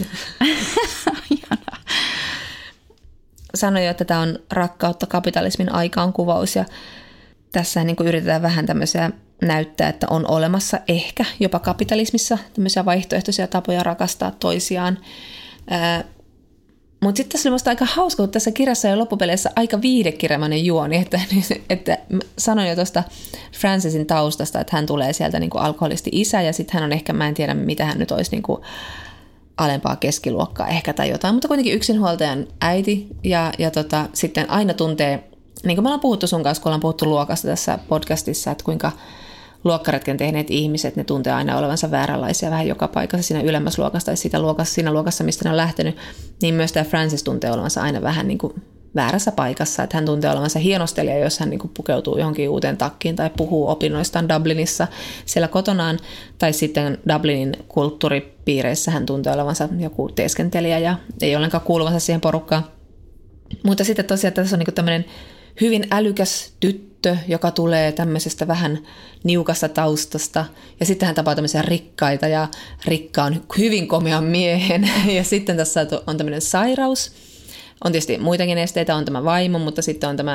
Sanoin jo, että tämä on rakkautta kapitalismin aikaan kuvaus ja tässä niin kuin yritetään vähän tämmöisiä näyttää, että on olemassa ehkä jopa kapitalismissa tämmöisiä vaihtoehtoisia tapoja rakastaa toisiaan. Ää, mutta sitten tässä oli musta aika hauska, kun tässä kirjassa on loppupeleissä aika viihdekirjamainen juoni, että, että sanoin jo tuosta Francisin taustasta, että hän tulee sieltä niin kuin alkoholisti isä ja sitten hän on ehkä, mä en tiedä mitä hän nyt olisi niin kuin alempaa keskiluokkaa ehkä tai jotain, mutta kuitenkin yksinhuoltajan äiti ja, ja tota, sitten aina tuntee, niin kuin me ollaan puhuttu sun kanssa, kun ollaan puhuttu luokasta tässä podcastissa, että kuinka luokkaretken tehneet ihmiset, ne tuntee aina olevansa vääränlaisia vähän joka paikassa siinä ylemmässä luokassa tai siinä luokassa, siinä luokassa, mistä ne on lähtenyt, niin myös tämä Francis tuntee olevansa aina vähän niin kuin väärässä paikassa, että hän tuntee olevansa hienostelija, jos hän niin kuin pukeutuu johonkin uuteen takkiin tai puhuu opinnoistaan Dublinissa siellä kotonaan, tai sitten Dublinin kulttuuripiireissä hän tuntee olevansa joku teeskentelijä ja ei ollenkaan kuuluvansa siihen porukkaan. Mutta sitten tosiaan tässä on niin kuin tämmöinen hyvin älykäs tyttö, joka tulee tämmöisestä vähän niukasta taustasta, ja sitten hän tapaa tämmöisiä rikkaita, ja rikkaan hyvin komean miehen, ja sitten tässä on tämmöinen sairaus. On tietysti muitakin esteitä, on tämä vaimo, mutta sitten on tämä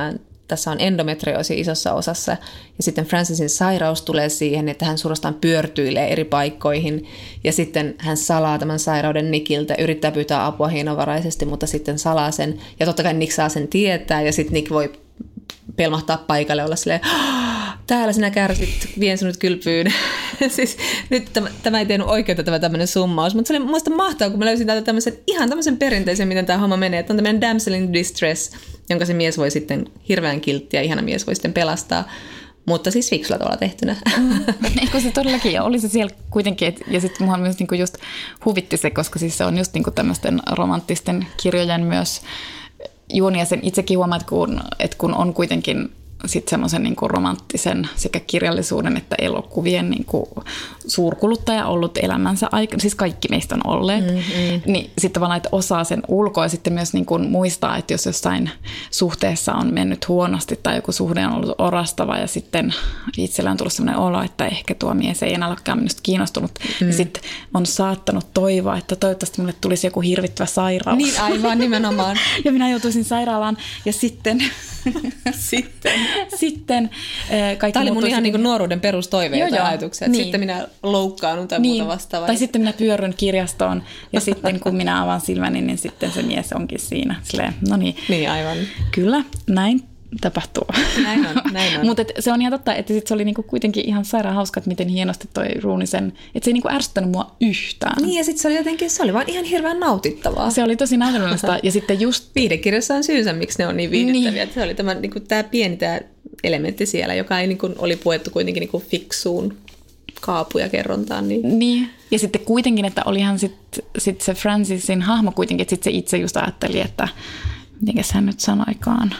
tässä on endometrioosi isossa osassa ja sitten Francisin sairaus tulee siihen, että hän suorastaan pyörtyilee eri paikkoihin ja sitten hän salaa tämän sairauden Nickiltä, yrittää pyytää apua hienovaraisesti, mutta sitten salaa sen ja totta kai Nick saa sen tietää ja sitten Nick voi pelmahtaa paikalle olla silleen, täällä sinä kärsit, vien sinut kylpyyn. Siis nyt tämä, tämä ei tehnyt oikeutta tämä tämmöinen summaus, mutta se oli muista mahtavaa, kun mä löysin täältä tämmöisen, ihan tämmöisen perinteisen, miten tämä homma menee, että on tämmöinen damsel in distress, jonka se mies voi sitten, hirveän kiltti ja ihana mies voi sitten pelastaa, mutta siis fiksulla tavalla tehtynä. Mm. Eikö se todellakin oli se siellä kuitenkin, et, ja sitten mua myös niinku just huvitti se, koska siis se on just niinku tämmöisten romanttisten kirjojen myös juoni, ja sen itsekin huomaat, kun, että kun on kuitenkin sitten semmoisen niin kuin romanttisen sekä kirjallisuuden että elokuvien niin kuin suurkuluttaja ollut elämänsä aikana, siis kaikki meistä on olleet, mm-hmm. niin sitten tavallaan, että osaa sen ulkoa ja sitten myös niin kuin muistaa, että jos jossain suhteessa on mennyt huonosti tai joku suhde on ollut orastava ja sitten itsellä on tullut semmoinen olo, että ehkä tuo mies ei enää olekaan minusta kiinnostunut, mm. niin sitten on saattanut toivoa, että toivottavasti minulle tulisi joku hirvittävä sairaus. Niin aivan, nimenomaan. Ja minä joutuisin sairaalaan ja sitten... sitten. Sitten kaikki tämä oli mun ihan niin kuin nuoruuden perustoiveita ja ajatuksia, että niin. Sitten minä loukkaannun tai niin. muuta vastaavaa. Tai sitten minä pyörryn kirjastoon ja sitten kun minä avaan silmäni, niin sitten se mies onkin siinä. Silleen, no niin. Niin aivan. Kyllä, näin tapahtuu. Näin on, näin on. Mutta se on ihan totta, että sit se oli niinku kuitenkin ihan sairaan hauska, että miten hienosti toi Ruunisen, että se ei niinku ärsyttänyt mua yhtään. Niin ja sitten se oli jotenkin, se oli vaan ihan hirveän nautittavaa. Se oli tosi nautinnollista ja sitten just... Viihdekirjassa on syynsä, miksi ne on niin viihdyttäviä. Niin. Se oli tämä, niinku, tämä pieni tämä elementti siellä, joka ei, niinku, oli puettu kuitenkin niinku, fiksuun kaapuja kerrontaan. Niin. niin. Ja sitten kuitenkin, että olihan sitten sit se Francisin hahmo kuitenkin, että sitten se itse just ajatteli, että mitenkäs hän nyt sanoikaan...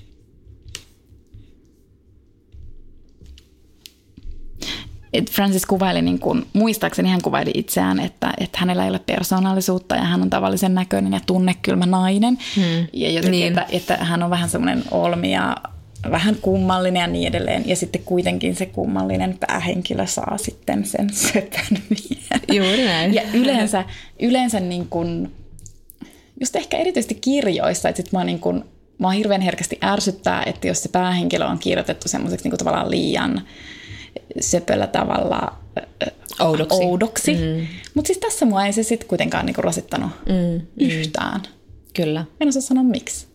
Et Francis kuvaili, niin kun, muistaakseni hän kuvaili itseään, että, että hänellä ei ole persoonallisuutta ja hän on tavallisen näköinen ja tunnekylmä nainen. Hmm. Ja jotenkin, niin. että, että hän on vähän semmoinen olmi ja vähän kummallinen ja niin edelleen. Ja sitten kuitenkin se kummallinen päähenkilö saa sitten sen söpön miehen. Juuri näin. Ja yleensä, yleensä niin kun, just ehkä erityisesti kirjoissa, että sit mä, niin kun, mä hirveän herkästi ärsyttää, että jos se päähenkilö on kirjoitettu semmoiseksi niin kun tavallaan liian... söpöllä tavalla oudoksi. oudoksi. Mm. Mutta siis tässä mua ei se sitten kuitenkaan niinku rasittanut mm. yhtään. Kyllä. En osaa sanoa miksi.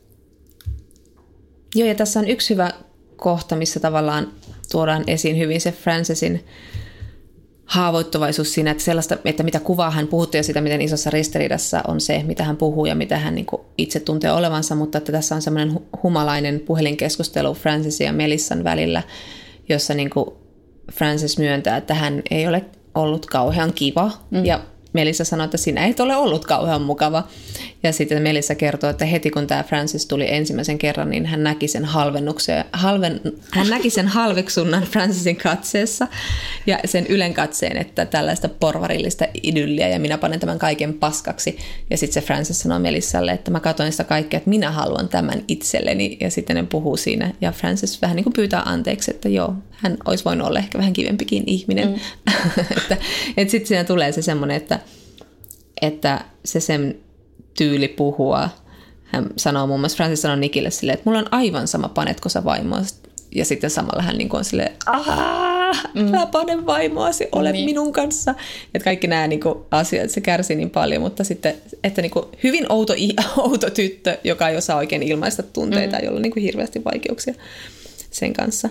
Joo, ja tässä on yksi hyvä kohta, missä tavallaan tuodaan esiin hyvin se Francisin haavoittuvaisuus siinä, että sellaista, että mitä kuvaa hän puhutti ja sitä, miten isossa ristiriidassa on se, mitä hän puhuu ja mitä hän niin kuin itse tuntee olevansa, mutta että tässä on semmoinen humalainen puhelinkeskustelu Francisin ja Melissan välillä, jossa niin kuin Francis myöntää, että hän ei ole ollut kauhean kiva mm. ja Melissa sanoi, että sinä et ole ollut kauhean mukava. Ja sitten Melissa kertoo, että heti kun tämä Francis tuli ensimmäisen kerran, niin hän näki sen halvennuksen, halven, hän näki sen halveksunnan Francisin katseessa ja sen ylen katseen, että tällaista porvarillista idylliä ja minä panen tämän kaiken paskaksi. Ja sitten se Francis sanoo Melissalle, että mä katsoin sitä kaikkea, että minä haluan tämän itselleni. Ja sitten ne puhuu siinä ja Francis vähän niin kuin pyytää anteeksi, että joo, hän olisi voinut olla ehkä vähän kivempikin ihminen. Mm. että että sitten siinä tulee se semmoinen, että, että se sen tyyli puhua. Hän sanoo muun muassa, Francis sanoo Nickille silleen, että mulla on aivan sama panetko sä vaimoasi. Ja sitten samalla hän niin kuin on silleen, aah, mm. älä pane vaimoasi, ole niin. minun kanssa. Että kaikki nämä niin kuin asiat, se kärsii niin paljon, mutta sitten, että niin kuin hyvin outo, outo tyttö, joka ei osaa oikein ilmaista tunteita, mm. jolla on niin kuin hirveästi vaikeuksia sen kanssa.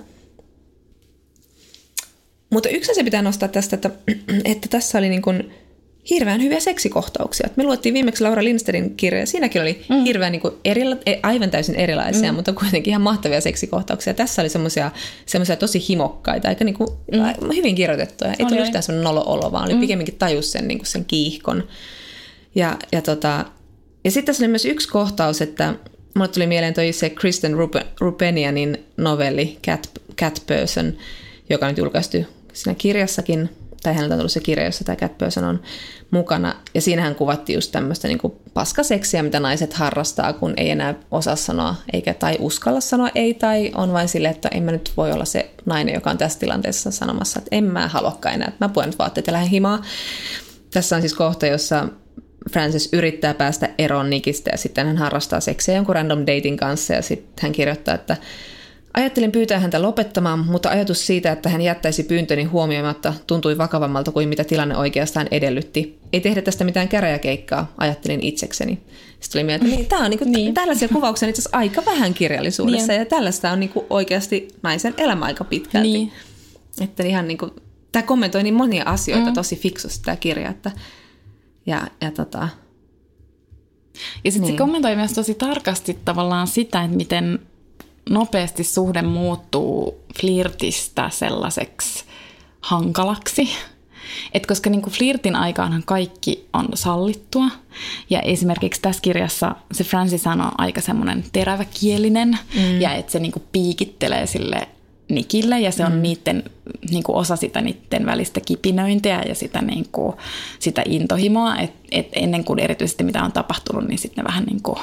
Mutta yksi asia pitää nostaa tästä, että, että tässä oli niin kuin hirveän hyviä seksikohtauksia. Me luettiin viimeksi Laura Lindsterin kirja, siinäkin oli mm. hirveän niin kuin erila, aivan täysin erilaisia, mm. mutta kuitenkin ihan mahtavia seksikohtauksia. Tässä oli semmoisia semmoisia tosi himokkaita, aika niin kuin, mm. hyvin kirjoitettuja. Ei tullut yhtään semmoinen nolo-olo, vaan oli mm. pikemminkin tajus sen, niin kuin sen kiihkon. Ja, ja, tota, ja sitten tässä oli myös yksi kohtaus, että mulle tuli mieleen toi se Kristen Rupenianin novelli Cat, Cat Person, joka on nyt julkaistu siinä kirjassakin, tai häneltä on tullut se kirja, jossa tämä Cat Person on mukana. Ja siinähän kuvattiin just tämmöistä niin kuin paskaseksiä, mitä naiset harrastaa, kun ei enää osaa sanoa, eikä tai uskalla sanoa ei, tai on vain silleen, että en mä nyt voi olla se nainen, joka on tässä tilanteessa sanomassa, että en mä haluakaan enää, että mä puen nyt vaatteet ja lähden himaan. Tässä on siis kohta, jossa Francis yrittää päästä eroon Nickistä, ja sitten hän harrastaa seksiä jonkun random dating kanssa, ja sitten hän kirjoittaa, että Ajattelin pyytää häntä lopettamaan, mutta ajatus siitä, että hän jättäisi pyyntöni huomioimatta, tuntui vakavammalta kuin mitä tilanne oikeastaan edellytti. Ei tehdä tästä mitään käräjäkeikkaa, ajattelin itsekseni. Sitten tuli mieltä, että niin, tämä on niinku, niin. tällaisia kuvauksia itse asiassa aika vähän kirjallisuudessa, niin. ja tällaista on niinku oikeasti naisen elämä aika pitkälti. Niin. Että ihan niinku, tämä kommentoi niin monia asioita mm. tosi fiksusti tämä kirja. Että, ja, ja, tota, ja sitten niin. se kommentoi myös tosi tarkasti tavallaan sitä, että miten nopeasti suhde muuttuu flirtistä sellaiseksi hankalaksi. Et koska niinku flirtin aikaanhan kaikki on sallittua. Ja esimerkiksi tässä kirjassa se Francis on aika semmoinen teräväkielinen mm. ja että se niinku piikittelee sille Nickille ja se on mm. niiden, niinku osa sitä niiden välistä kipinöintiä ja sitä, niinku, sitä intohimoa. Et, et ennen kuin erityisesti mitä on tapahtunut, niin sitten ne vähän niinku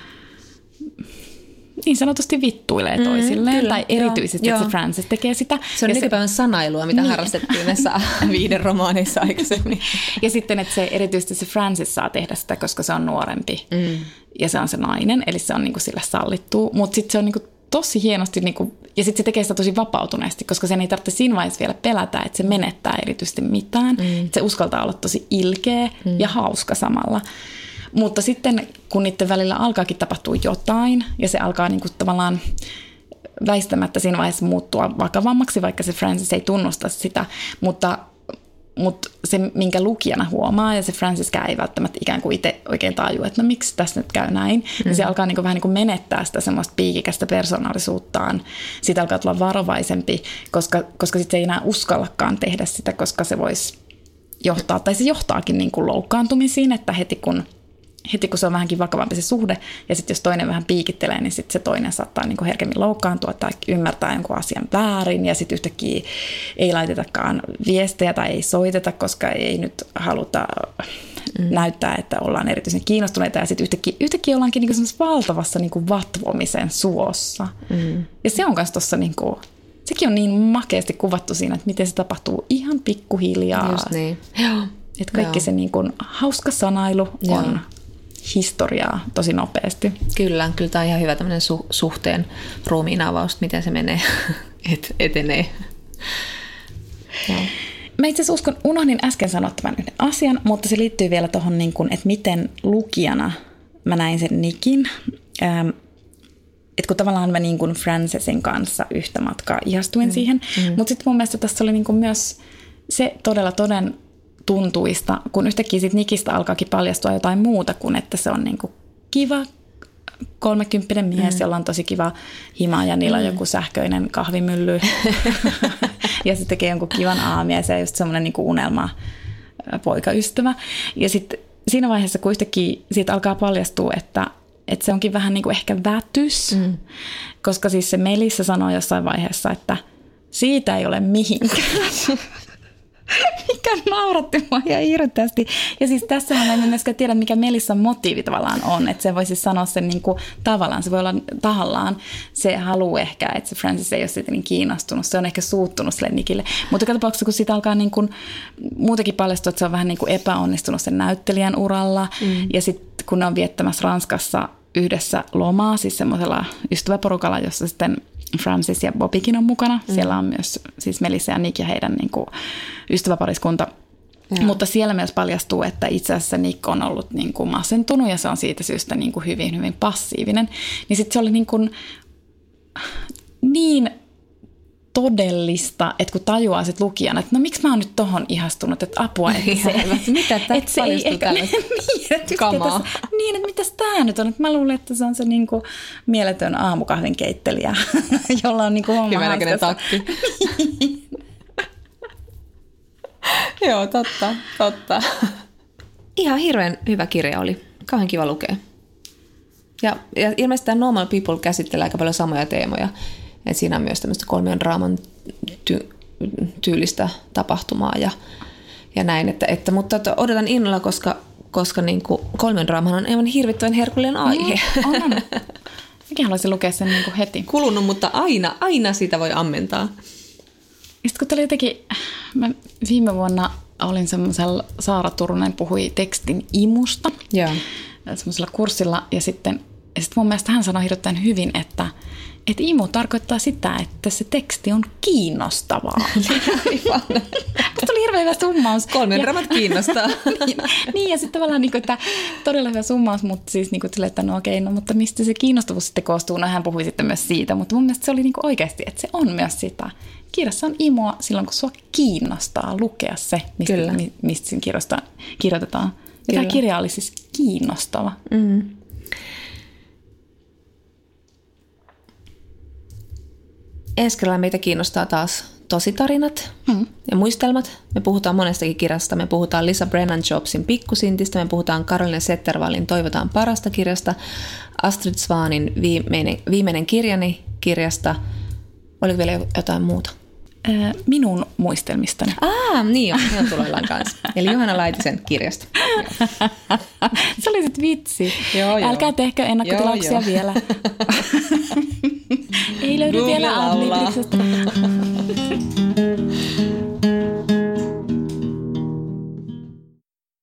niin sanotusti vittuilee toisilleen, mm, kyllä, tai erityisesti, joo, että se Francis tekee sitä. Se on ja nykypäivän se sanailua, mitä niin. harrastettiin näissä viihderomaaneissa aikaisemmin. Ja sitten, että se, erityisesti se Francis saa tehdä sitä, koska se on nuorempi, mm. ja se on se nainen, eli se on niin kuin sille sallittua. Mutta sitten se on niin kuin tosi hienosti, niin kuin, ja sitten se tekee sitä tosi vapautuneesti, koska sen ei tarvitse siinä vaiheessa vielä pelätä, että se menettää erityisesti mitään. Mm. Se uskaltaa olla tosi ilkeä mm. ja hauska samalla. Mutta sitten, kun niiden välillä alkaakin tapahtua jotain, ja se alkaa niin kuin tavallaan väistämättä siinä vaiheessa muuttua vakavammaksi, vaikka se Francis ei tunnusta sitä, mutta, mutta se, minkä lukijana huomaa, ja se Franciskään ei välttämättä ikään kuin itse oikein tajua, että no miksi tässä nyt käy näin, mm. niin se alkaa niin kuin vähän niin kuin menettää sitä semmoista piikikästä persoonallisuuttaan. Siitä alkaa tulla varovaisempi, koska, koska sitten se ei enää uskallakaan tehdä sitä, koska se voisi johtaa, tai se johtaakin niin kuin loukkaantumisiin, että heti kun Heti kun se on vähänkin vakavampi se suhde, ja sitten jos toinen vähän piikittelee, niin sitten se toinen saattaa niinku herkemmin loukkaantua tai ymmärtää jonkun asian väärin, ja sitten yhtäkkiä ei laitetakaan viestejä tai ei soiteta, koska ei nyt haluta mm. näyttää, että ollaan erityisen kiinnostuneita, ja sitten yhtäkkiä, yhtäkkiä ollaankin niinku semmoisessa valtavassa niinku vatvomisen suossa. Mm. Ja se on myös tuossa, niinku, sekin on niin makeasti kuvattu siinä, että miten se tapahtuu ihan pikkuhiljaa. Just niin. Että kaikki Joo. se niinku hauska sanailu Joo. on historiaa tosi nopeasti. Kyllä, kyllä tämä on ihan hyvä tämmöinen su- suhteen ruumiin avaus, miten se menee, et, etenee. Ja. Mä itse asiassa uskon, unohdin äsken sanoa tämän yhden asian, mutta se liittyy vielä tuohon, niin kuin, että miten lukijana mä näin sen Nickin. Ähm, että kun tavallaan mä niin kuin Francisin kanssa yhtä matkaa ihastuin mm. siihen, mm. mutta sitten mun mielestä tässä oli niin kuin myös se todella toden tuntuista, kun yhtäkkiä siitä Nickistä alkaakin paljastua jotain muuta kuin, että se on niinku kiva kolmekymppinen mies, mm. jolla on tosi kiva hima ja niillä on mm. joku sähköinen kahvimylly ja sitten tekee jonkun kivan aamiaisen ja just semmoinen niinku unelma poikaystävä. Ja sitten siinä vaiheessa, kun yhtäkkiä siitä alkaa paljastua, että, että se onkin vähän niinku ehkä vätys, mm. koska siis se Melissa sanoo jossain vaiheessa, että siitä ei ole mihinkään. Mikä nauratti mua ihan hirveästi. Ja siis tässähän emme myöskään tiedä, mikä Melissan motiivi tavallaan on. Että se voisi sanoa sen niin kuin tavallaan, se voi olla tahallaan. Se haluaa ehkä, että se Francis ei ole siitä niin kiinnostunut. Se on ehkä suuttunut sille Nickille. Mutta joka tapauksessa, kun siitä alkaa niin kuin, muutenkin paljastua, että se on vähän niin kuin epäonnistunut sen näyttelijän uralla. Mm. Ja sitten kun ne on viettämässä Ranskassa yhdessä lomaa, siis semmoisella ystäväporukalla, jossa sitten Francis ja Bobbykin on mukana. Mm. Siellä on myös siis Melissa ja Nick ja heidän niin kuin, ystäväpariskunta. Ja. Mutta siellä myös paljastuu, että itse asiassa Nick on ollut niin kuin masentunut ja se on siitä syystä niin kuin hyvin, hyvin passiivinen. Niin sitten se oli niin, kuin, niin todellista, että kun tajuaa sit lukijana, että no miksi mä oon nyt tohon ihastunut, että apua, että se, mitä tästä paljastuu tällaista niin, kamaa. Tässä, niin, että mitäs tää nyt on, että mä luulen, että se on se niinku mieletön aamukahvin keittelijä, jolla on niinku homma hyvänäköinen takki. Joo, totta, totta. Ihan hirveän hyvä kirja oli, kauhean kiva lukea. Ja, ja ilmeisesti tämä Normal People käsittelee aika paljon samoja teemoja. Et siinä on myös tämmöistä kolmion draaman ty- tyylistä tapahtumaa ja, ja näin. Että, että, mutta että odotan innolla, koska, koska niin kuin kolmion draamahan on aivan hirvittävän herkullinen aihe. No, on, on. Mäkin haluaisin lukea sen niin kuin heti. Kulunut, mutta aina, aina sitä voi ammentaa. Sitten kun tuli jotenkin, mä viime vuonna olin semmoisella, Saara Turunen puhui tekstin imusta. Joo. Semmoisella kurssilla ja sitten, ja sitten mun mielestä hän sanoi hirveän hyvin, että että imu tarkoittaa sitä, että se teksti on kiinnostavaa. Mutta tuli hirveän hyvä summaus. Kolmen dramat kiinnostaa. niin, niin, ja sitten tavallaan, niin kuin, että todella hyvä summaus, mutta siis niin kuin, että no okei, no mutta mistä se kiinnostavuus sitten koostuu? No hän puhui sitten myös siitä, mutta mun mielestä se oli niin kuin oikeasti, että se on myös sitä. Kirjassa on imua silloin, kun sua kiinnostaa lukea se, mistä, mi, mistä siinä kirjasta kirjoitetaan. Ja tämä kirja oli siis kiinnostava. Mm. Ensi kerralla meitä kiinnostaa taas tositarinat mm. ja muistelmat. Me puhutaan monestakin kirjasta. Me puhutaan Lisa Brennan Jobsin Pikkusintistä. Me puhutaan Caroline Zettervallin Toivotaan parasta kirjasta. Astrid Svanin viimeinen, viimeinen kirjani kirjasta. Oliko vielä jotain muuta? Minun muistelmistani. Ah, niin on. Minun tuloillaan kanssa. Eli Johanna Laitisen kirjasta. Se oli sitten vitsi. Joo, joo. Älkää tehkö ennakkotilauksia joo, joo. vielä. Ei löydy Google vielä Adlibriksestä.